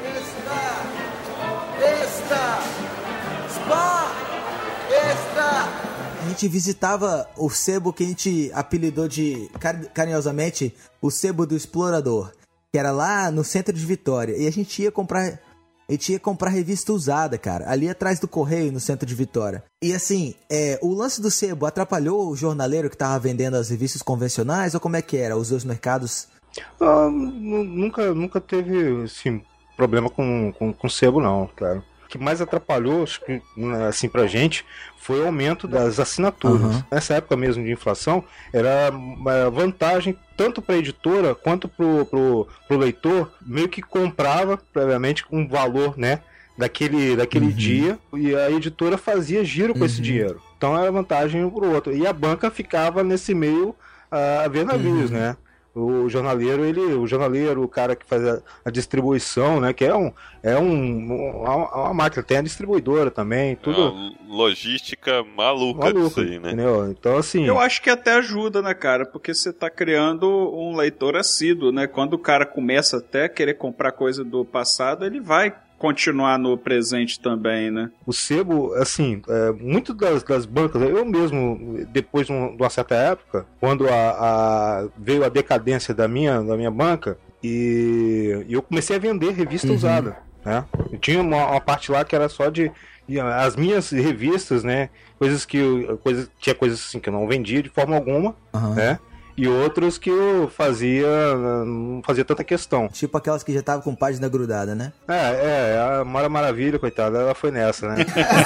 Extra! Spa! Extra! A gente visitava o sebo que a gente apelidou de, car- carinhosamente, o sebo do explorador, que era lá no centro de Vitória. E a gente ia comprar, a gente ia comprar revista usada, cara, ali atrás do correio, no centro de Vitória. E assim, é, o lance do sebo atrapalhou o jornaleiro que tava vendendo as revistas convencionais, ou como é que era? Os dois mercados? Ah, nu- nunca, nunca teve, assim, problema com, com, com sebo, não, cara. O que mais atrapalhou, acho que, né, assim, pra gente, foi o aumento das assinaturas. Uhum. Nessa época mesmo de inflação, era uma vantagem tanto para a editora quanto pro, pro, pro leitor, meio que comprava previamente um valor, né, daquele, daquele Uhum. dia, e a editora fazia giro com esse dinheiro. Então era vantagem um pro outro. E a banca ficava nesse meio a ver navios, né? O jornaleiro, ele, o jornaleiro, o cara que faz a, a distribuição, né? Que é um, é um, uma, uma máquina, tem a distribuidora também, tudo Uma logística maluca maluco, disso aí, né? entendeu? Então assim, Eu acho que até ajuda, né, cara? Porque você tá criando um leitor assíduo, né? Quando o cara começa até a querer comprar coisa do passado, ele vai continuar no presente também, né? o sebo, assim, é, muito das, das bancas, eu mesmo, depois de, um- de uma certa época, quando a, a- veio a decadência da minha, da minha banca, e, e eu comecei a vender revista usada, né? Eu tinha uma, uma parte lá que era só de e as minhas revistas, né? Coisas que eu, coisas, tinha coisas assim que eu não vendia de forma alguma, Aham. né? E outros que eu fazia, não fazia tanta questão. Tipo aquelas que já estavam com página grudada, né? É, é, a Mara Maravilha, coitada, ela foi nessa, né?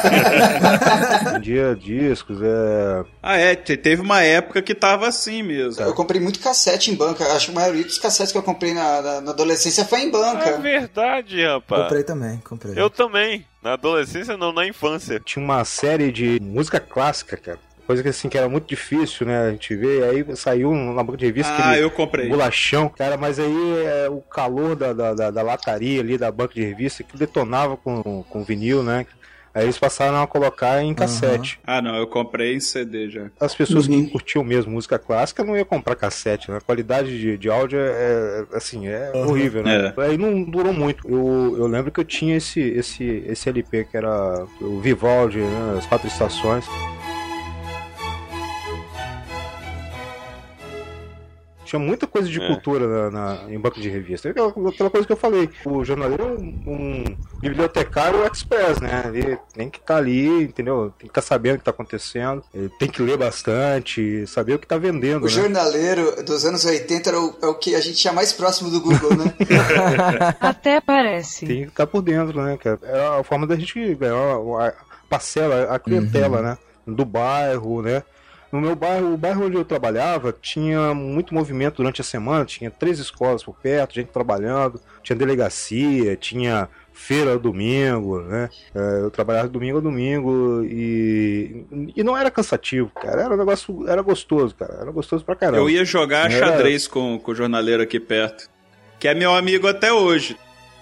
Vendia discos, é. Ah, é, te- teve uma época que tava assim mesmo. Eu comprei muito cassete em banca. Acho que a maioria dos cassetes que eu comprei na, na, na adolescência foi em É banca. verdade, rapaz. Comprei também, comprei. Eu também. Na adolescência, não, na infância. Tinha uma série de música clássica, cara. Coisa que assim, que era muito difícil, né? A gente vê, e aí saiu na banca de revista Ah, aquele eu comprei. bolachão, cara, mas aí é, o calor da, da, da, da lataria ali, da banca de revista, que detonava com, com vinil, né? Aí eles passaram a colocar em cassete. Ah, não, eu comprei em C D já. As pessoas que curtiam mesmo música clássica não iam comprar cassete, né? A qualidade de, de áudio é, é, assim, é horrível, né? Aí não durou muito. Eu, eu lembro que eu tinha esse, esse, esse L P que era o Vivaldi, né? As Quatro Estações. Tinha muita coisa de É. cultura na, na- em banco de revista. Aquela, aquela coisa que eu falei. O jornaleiro é um, um bibliotecário express, né? Ele tem que estar ali, entendeu? Tem que estar sabendo o que está acontecendo. Ele tem que ler bastante, saber o que está vendendo, O né? jornaleiro dos anos oitenta era o, é o que a gente tinha mais próximo do Google, né? Até parece. Tem que estar por dentro, né, cara? É a forma da gente ganhar a, a parcela, a clientela, Uhum. né? Do bairro, né? No meu bairro, o bairro onde eu trabalhava, tinha muito movimento durante a semana, tinha três escolas por perto, gente trabalhando, tinha delegacia, tinha feira domingo, né? É, eu trabalhava domingo a domingo e, e não era cansativo, cara. Era um negócio, era gostoso, cara. Era gostoso pra caramba. Eu ia jogar Era- xadrez com, com o jornaleiro aqui perto, que é meu amigo até hoje.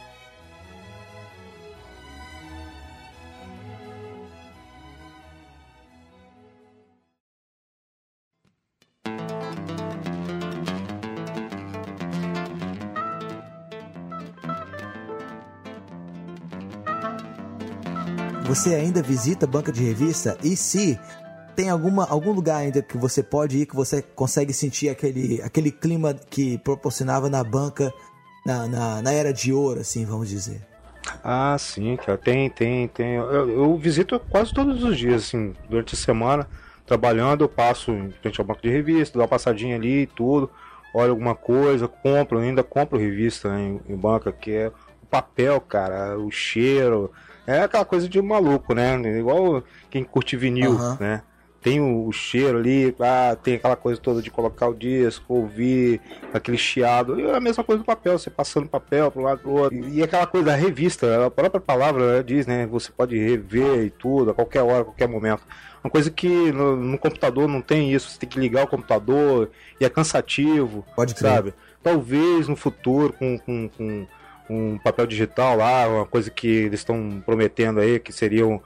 Você ainda visita banca de revista? E se tem alguma, algum lugar ainda que você pode ir, que você consegue sentir aquele, aquele clima que proporcionava na banca na, na, na era de ouro, assim, vamos dizer? Ah, sim, cara. Tem, tem, tem. Eu, eu visito quase todos os dias, assim, durante a semana, trabalhando, eu passo em frente ao banco de revista, dou uma passadinha ali e tudo, olho alguma coisa, compro, ainda compro revista, né, em, em banca, que é o papel, cara, o cheiro. É aquela coisa de maluco, né? Igual quem curte vinil, Aham. né? Tem o, o cheiro ali, ah, tem aquela coisa toda de colocar o disco, ouvir, aquele chiado. E é a mesma coisa do papel, você passando papel pro lado pro outro. E, e aquela coisa da revista, a própria palavra, né, diz, né? Você pode rever e tudo, a qualquer hora, a qualquer momento. Uma coisa que no, no computador não tem isso, você tem que ligar o computador e é cansativo, Pode crer. sabe? Talvez no futuro, com, com, com um papel digital lá, uma coisa que eles estão prometendo aí, que seria um,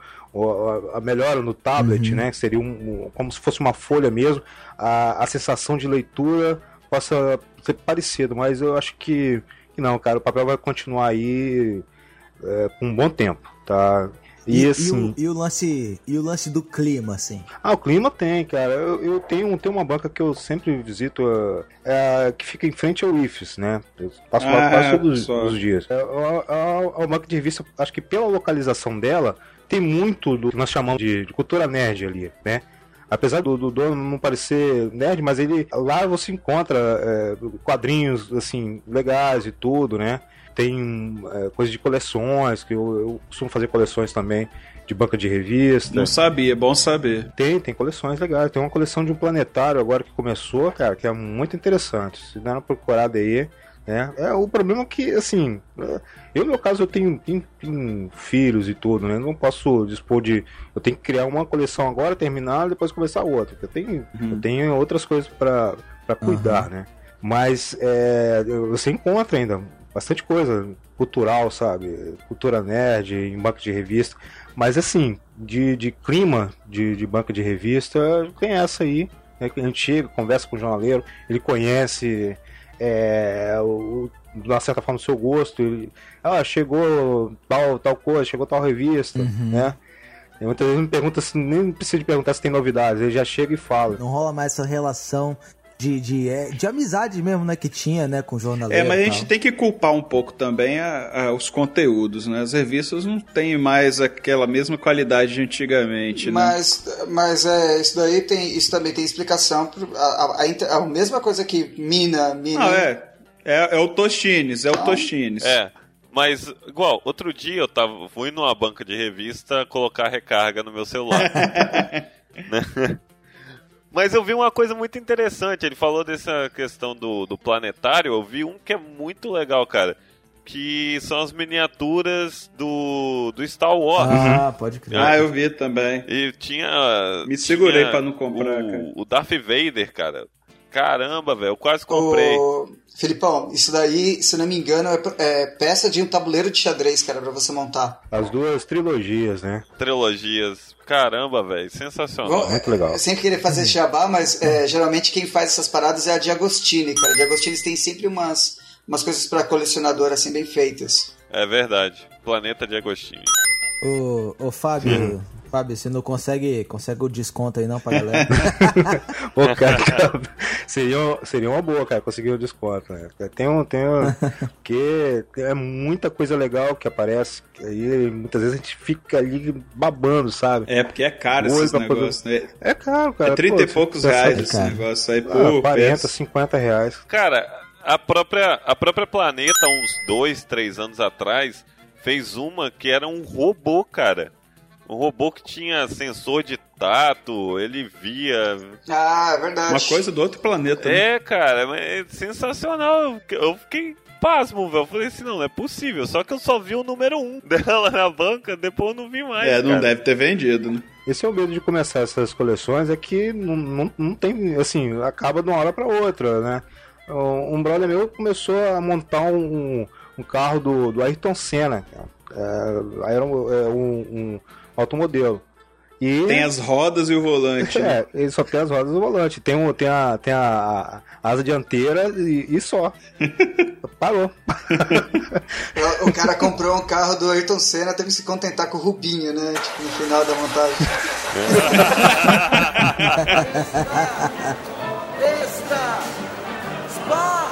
a melhora no tablet, Uhum. né? Que seria um, um- como se fosse uma folha mesmo, a, a sensação de leitura possa ser parecido, mas eu acho que, que não, cara, o papel vai continuar aí é, por um bom tempo, tá? E, E, assim, e, o, e, o lance, e o lance do clima, assim? ah, o clima tem, cara. Eu, eu tenho, tenho uma banca que eu sempre visito, é, é, que fica em frente ao I F E S, né? Eu passo lá Ah, quase todos só. os dias. É, a, a, a banca de revista, acho que pela localização dela, tem muito do que nós chamamos de, de cultura nerd ali, né? Apesar do, do dono não parecer nerd, mas ele lá você encontra é, quadrinhos assim legais e tudo, né? Tem é, coisa de coleções, que eu, eu costumo fazer coleções também de banca de revista. Não sabia, é bom saber. Tem, tem coleções legais. Tem uma coleção de um planetário agora que começou, cara, que é muito interessante. Se der uma procurada aí, né? É, o problema é que, assim, eu no meu caso eu tenho, tenho, tenho filhos e tudo, né? Não posso dispor de... Eu tenho que criar uma coleção agora, terminar, depois começar outra. Eu tenho, Uhum. eu tenho outras coisas pra, pra cuidar, Uhum. né? Mas é, você encontra ainda bastante coisa cultural, sabe? Cultura nerd, em banca de revista. Mas assim, de, de clima de, de banca de revista, tem essa aí, né, que a gente chega, conversa com o jornaleiro, ele conhece, é, o, de uma certa forma, o seu gosto. Ele, ah, chegou tal, tal coisa, chegou tal revista, Uhum. né? E muitas vezes me pergunta se nem precisa de perguntar se tem novidades, ele já chega e fala. Não rola mais essa relação de, de, é, de amizade mesmo, né, que tinha, né, com o jornaleiro. É, mas a e gente tal. tem que culpar um pouco também a, a- os conteúdos, né? As revistas não têm mais aquela mesma qualidade de antigamente, né? Mas, mas é, isso daí tem, isso também tem explicação. pro- A, a, a, inter- a mesma coisa que mina, mina. Não, é. É, é o Tostines, é o Tostines. É, mas igual, outro dia eu tava, fui numa banca de revista colocar recarga no meu celular. Né? Mas eu vi uma coisa muito interessante, ele falou dessa questão do, do planetário, eu vi um que é muito legal, cara, que são as miniaturas do, do Star Wars. Ah, pode crer. Ah, eu vi também. E tinha... Me segurei tinha pra não comprar, o, cara. o Darth Vader, cara. Caramba, velho, eu quase comprei. Ô, Filipão, isso daí, se eu não me engano, é, é peça de um tabuleiro de xadrez, cara, pra você montar. As duas trilogias, né? Trilogias. Caramba, velho, sensacional. Bom, Muito legal. Eu sempre queria fazer jabá, mas é, geralmente quem faz essas paradas é a Diagostini, cara. A Diagostini tem sempre umas, umas coisas pra colecionador, assim, bem feitas. É verdade. Planeta de Agostinho. Ô, ô Fábio, Fábio, você não consegue, consegue o desconto aí não pra galera? Pô, cara, cara, seria, seria uma boa, cara, conseguir o desconto, né? Tem um, tem um, porque é muita coisa legal que aparece, aí muitas vezes a gente fica ali babando, sabe? É, porque é caro esses negócios, poder... né? É caro, cara. É trinta e poucos reais esse negócio aí, pô. Ah, quarenta, cinquenta reais. Cara, a própria, a própria Planeta, uns dois, três anos atrás, fez uma que era um robô, cara. Um robô que tinha sensor de tato, ele via... Ah, é verdade. Uma coisa do outro planeta. Né? É, cara, é sensacional. Eu fiquei pasmo, velho. Eu falei assim, não, não é possível. Só que eu só vi o número um dela na banca, depois eu não vi mais. É, não cara. deve ter vendido, né? Esse é o medo de começar essas coleções, é que não, não, não tem, assim, acaba de uma hora pra outra, né? Um brother meu começou a montar um, um carro do, do Ayrton Senna, é, era um, é, um, um automodelo. E... Tem as rodas e o volante. É, né? ele só tem as rodas e o volante. Tem, um, tem, a, tem a, a asa dianteira e, e só. Parou. O, o cara comprou um carro do Ayrton Senna, teve que se contentar com o Rubinho, né? Tipo, no final da montagem. Extra! Spa!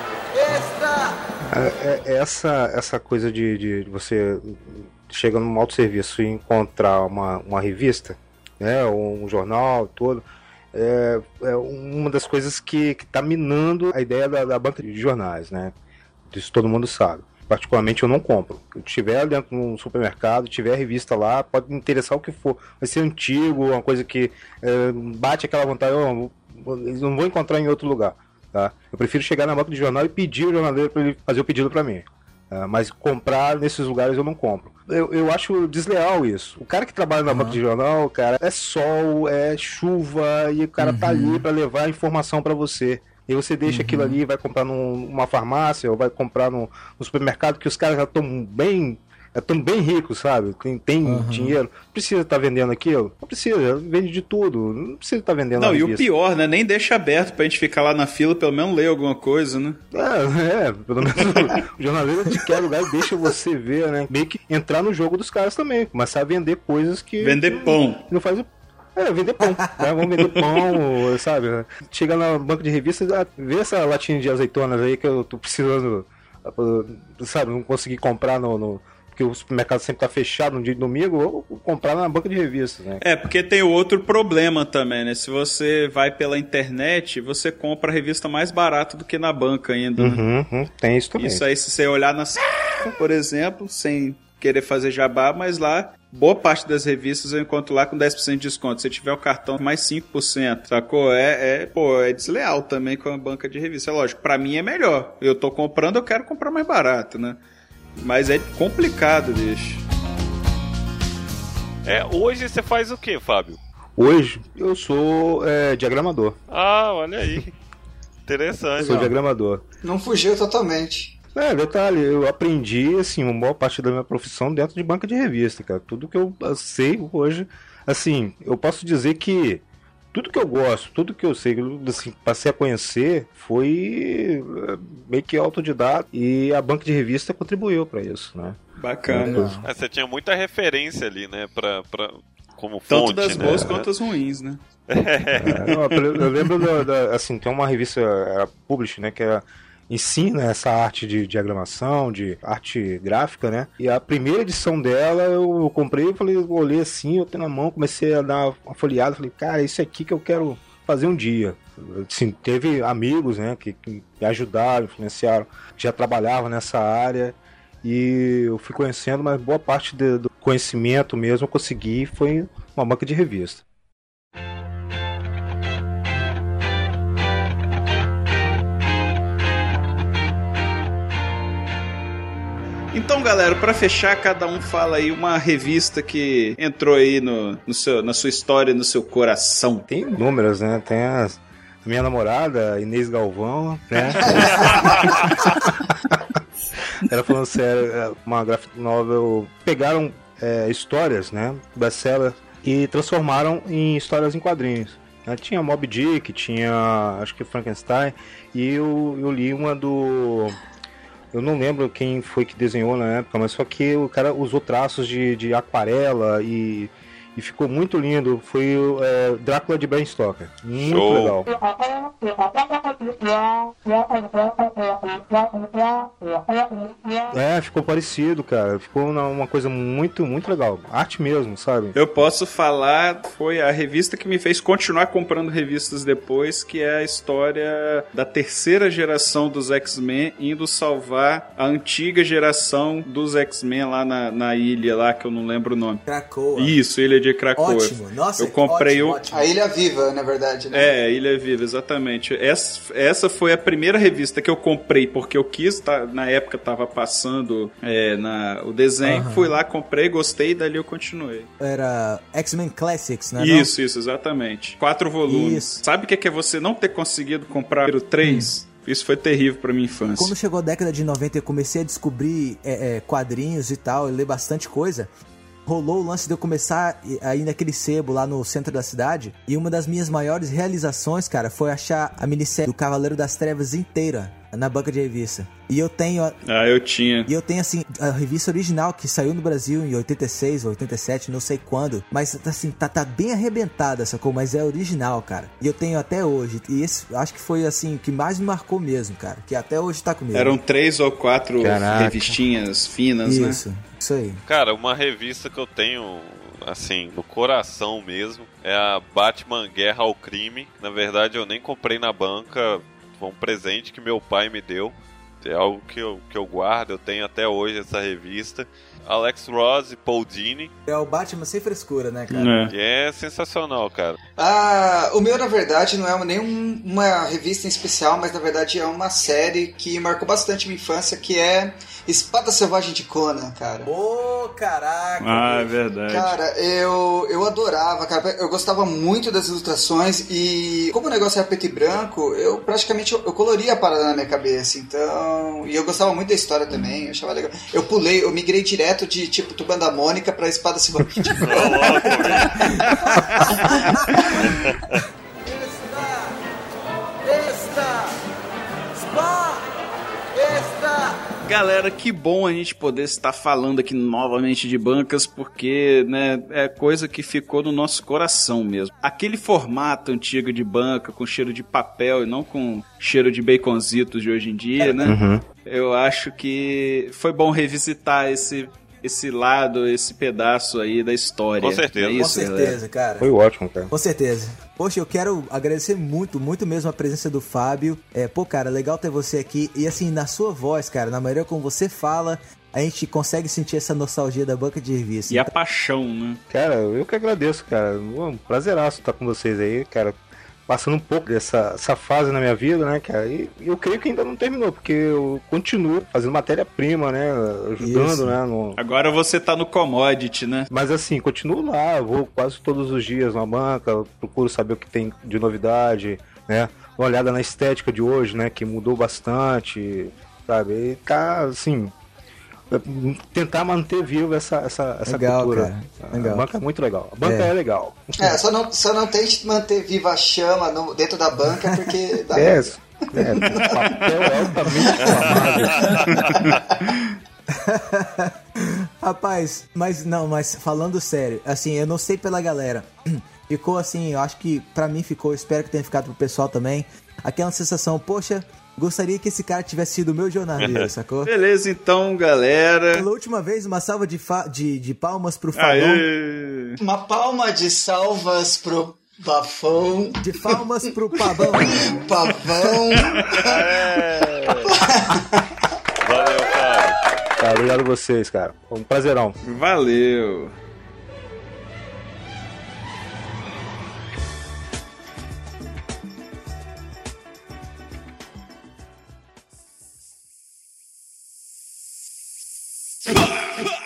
Extra! Essa, essa coisa de, de você chega num autosserviço e encontrar uma, uma revista, né, ou um jornal todo, é, é uma das coisas que está minando a ideia da, da banca de jornais, né? Isso todo mundo sabe. Particularmente eu não compro. Se eu tiver dentro de um supermercado, tiver a revista lá, pode me interessar o que for. Vai ser antigo, uma coisa que é, bate aquela vontade, eu não vou encontrar em outro lugar. Tá? Eu prefiro chegar na banca de jornal e pedir o jornaleiro para ele fazer o pedido para mim. Uh, mas comprar nesses lugares eu não compro. Eu, eu acho desleal isso. O cara que trabalha na uhum. banca de jornal, cara, é sol, é chuva, e o cara uhum. tá ali para levar a informação para você. E você deixa uhum. aquilo ali, vai comprar num, numa farmácia, ou vai comprar no, no supermercado, que os caras já estão bem... Estão bem ricos, sabe? Tem, tem uhum. dinheiro. Não precisa estar tá vendendo aquilo? Não precisa, vende de tudo. Não precisa estar tá vendendo. Não, e o pior, né? Nem deixa aberto pra gente ficar lá na fila, pelo menos ler alguma coisa, né? É, é pelo menos o jornalista de qualquer lugar deixa você ver, né? Meio que entrar no jogo dos caras também. Começar a vender coisas que. Vender pão. Que não faz o. É, vender pão, né? Vamos vender pão, sabe? Chega na banca de revistas, vê essa latinha de azeitonas aí que eu tô precisando, sabe? Não consegui comprar no... no... porque o supermercado sempre tá fechado no dia de domingo, ou comprar na banca de revistas, né? É, porque tem outro problema também, né? Se você vai pela internet, você compra a revista mais barato do que na banca ainda, né? Uhum, uhum, tem isso também. Isso aí, se você olhar na por exemplo, sem querer fazer jabá, mas lá, boa parte das revistas eu encontro lá com dez por cento de desconto. Se tiver o cartão, mais cinco por cento, sacou? É, é, pô, é desleal também com a banca de revista. É lógico, pra mim é melhor. Eu tô comprando, eu quero comprar mais barato, né? Mas é complicado, bicho. É, hoje você faz o que, Fábio? Hoje eu sou é, diagramador. Ah, olha aí. Interessante. Sou diagramador. Não fugiu totalmente. É, detalhe, eu aprendi, assim, uma boa parte da minha profissão dentro de banca de revista, cara. Tudo que eu sei hoje, assim, eu posso dizer que tudo que eu gosto, tudo que eu sei, assim, passei a conhecer, foi meio que autodidata, e a banca de revista contribuiu para isso, né? Bacana. É, você tinha muita referência ali, né, pra, pra, como fonte, tanto das né? boas quanto das ruins, né? É, não, eu lembro, da, da, assim, tem uma revista, era Publish, né, que era... ensina essa arte de diagramação, de arte gráfica, né? E a primeira edição dela eu comprei, eu falei, eu olhei assim, eu tenho na mão, comecei a dar uma folheada, falei, cara, isso aqui que eu quero fazer um dia. Assim, teve amigos, né, que, que me ajudaram, influenciaram, que já trabalhavam nessa área, e eu fui conhecendo, mas boa parte de, do conhecimento mesmo eu consegui foi uma banca de revista. Então, galera, pra fechar, cada um fala aí uma revista que entrou aí no, no seu, na sua história, no seu coração. Tem inúmeras, né? Tem as, a minha namorada, Inês Galvão, né? Ela falando sério, uma graphic novel. Pegaram é, histórias, né? Best-seller, e transformaram em histórias em quadrinhos. Tinha Moby Dick, tinha, acho que Frankenstein, e eu, eu li uma do... Eu não lembro quem foi que desenhou na época, mas só que o cara usou traços de, de aquarela e, e ficou muito lindo. Foi o é, Drácula de Bram Stoker. Muito Show. legal. É, ficou parecido, cara. Ficou uma, uma coisa muito, muito legal. Arte mesmo, sabe? Eu posso falar, foi a revista que me fez continuar comprando revistas depois, que é a história da terceira geração dos X-Men indo salvar a antiga geração dos X-Men lá na, na ilha lá, que eu não lembro o nome. Krakoa. Isso, Ilha de Krakoa. Ótimo, nossa, eu comprei ótimo, o... ótimo. A Ilha Viva, na verdade, né? É, Ilha Viva, exatamente. Essa, essa foi a primeira revista que eu comprei, porque eu quis, tá, na época tava passando é, na, o desenho, Uhum. fui lá, comprei, gostei, e dali eu continuei. Era X-Men Classics, né? Isso, não? Isso, exatamente. Quatro volumes. Isso. Sabe o que é você não ter conseguido comprar o três? Hum. Isso foi terrível pra minha infância. Quando chegou a década de noventa e eu comecei a descobrir é, é, quadrinhos e tal, e ler bastante coisa, rolou o lance de eu começar a ir naquele sebo lá no centro da cidade, e uma das minhas maiores realizações, cara, foi achar a minissérie do Cavaleiro das Trevas inteira na banca de revista. E eu tenho... Ah, eu tinha. E eu tenho, assim, a revista original que saiu no Brasil em oitenta e seis ou oitenta e sete, não sei quando. Mas, assim, tá, tá bem arrebentada, sacou? Mas é original, cara. E eu tenho até hoje. E esse, acho que foi, assim, o que mais me marcou mesmo, cara. Que até hoje tá comigo. Eram três ou quatro Caraca. revistinhas finas, isso, né? Isso, isso aí. Cara, uma revista que eu tenho, assim, no coração mesmo, é a Batman Guerra ao Crime. Na verdade, eu nem comprei na banca, foi um presente que meu pai me deu. É algo que eu, que eu guardo, eu tenho até hoje essa revista. Alex Ross e Paul Dini. É o Batman sem frescura, né, cara? É. E é sensacional, cara. Ah, o meu, na verdade, não é nenhuma uma revista em especial, mas na verdade é uma série que marcou bastante minha infância, que é Espada Selvagem de Conan, cara. Ô, oh, caraca! Ah, é verdade. Cara, eu, eu adorava, cara. Eu gostava muito das ilustrações e como o negócio era preto e branco, eu praticamente eu, eu coloria a parada na minha cabeça, então... E eu gostava muito da história também, eu achava legal. Eu pulei, eu migrei direto de, tipo, Turma da Mônica pra Espada Selvagem de Conan. Esta! Spa! Esta! Galera, que bom a gente poder estar falando aqui novamente de bancas, porque, né, é coisa que ficou no nosso coração mesmo. Aquele formato antigo de banca, com cheiro de papel e não com cheiro de baconzitos de hoje em dia, né? Uhum. Eu acho que foi bom revisitar esse, esse lado, esse pedaço aí da história. Com certeza. É isso, Com certeza, galera? cara. Foi ótimo, cara. Com certeza. Poxa, eu quero agradecer muito, muito mesmo a presença do Fábio. É, pô, cara, legal ter você aqui. E assim, na sua voz, cara, na maneira como você fala, a gente consegue sentir essa nostalgia da banca de revista. E a paixão, né? Cara, eu que agradeço, cara. Um prazeraço estar com vocês aí, cara. Passando um pouco dessa essa fase na minha vida, né, cara? E eu creio que ainda não terminou, porque eu continuo fazendo matéria-prima, né? Ajudando, Isso. né? No... Agora você tá no commodity, né? Mas assim, continuo lá, vou quase todos os dias na banca, procuro saber o que tem de novidade, né? Uma olhada na estética de hoje, né? Que mudou bastante, sabe? E tá, assim... tentar manter viva essa, essa, essa Legal, cultura. cara. Legal. A banca é muito legal. A banca é, é legal. É, só não, só não tente manter viva a chama no, dentro da banca, porque... Dá é, é, o papel é altamente inflamável. Rapaz, mas não, mas falando sério, assim, eu não sei pela galera. Ficou assim, eu acho que pra mim ficou, espero que tenha ficado pro pessoal também, aquela sensação, poxa, gostaria que esse cara tivesse sido o meu jornaleiro, sacou? Beleza, então, galera. Pela última vez, uma salva de, fa de, de palmas pro Falon. Aê. Uma palma de salvas pro Bafão. De palmas pro Pavão. Pavão. É. Valeu, cara. Tá, obrigado a vocês, cara. Foi um prazerão. Valeu. Ah!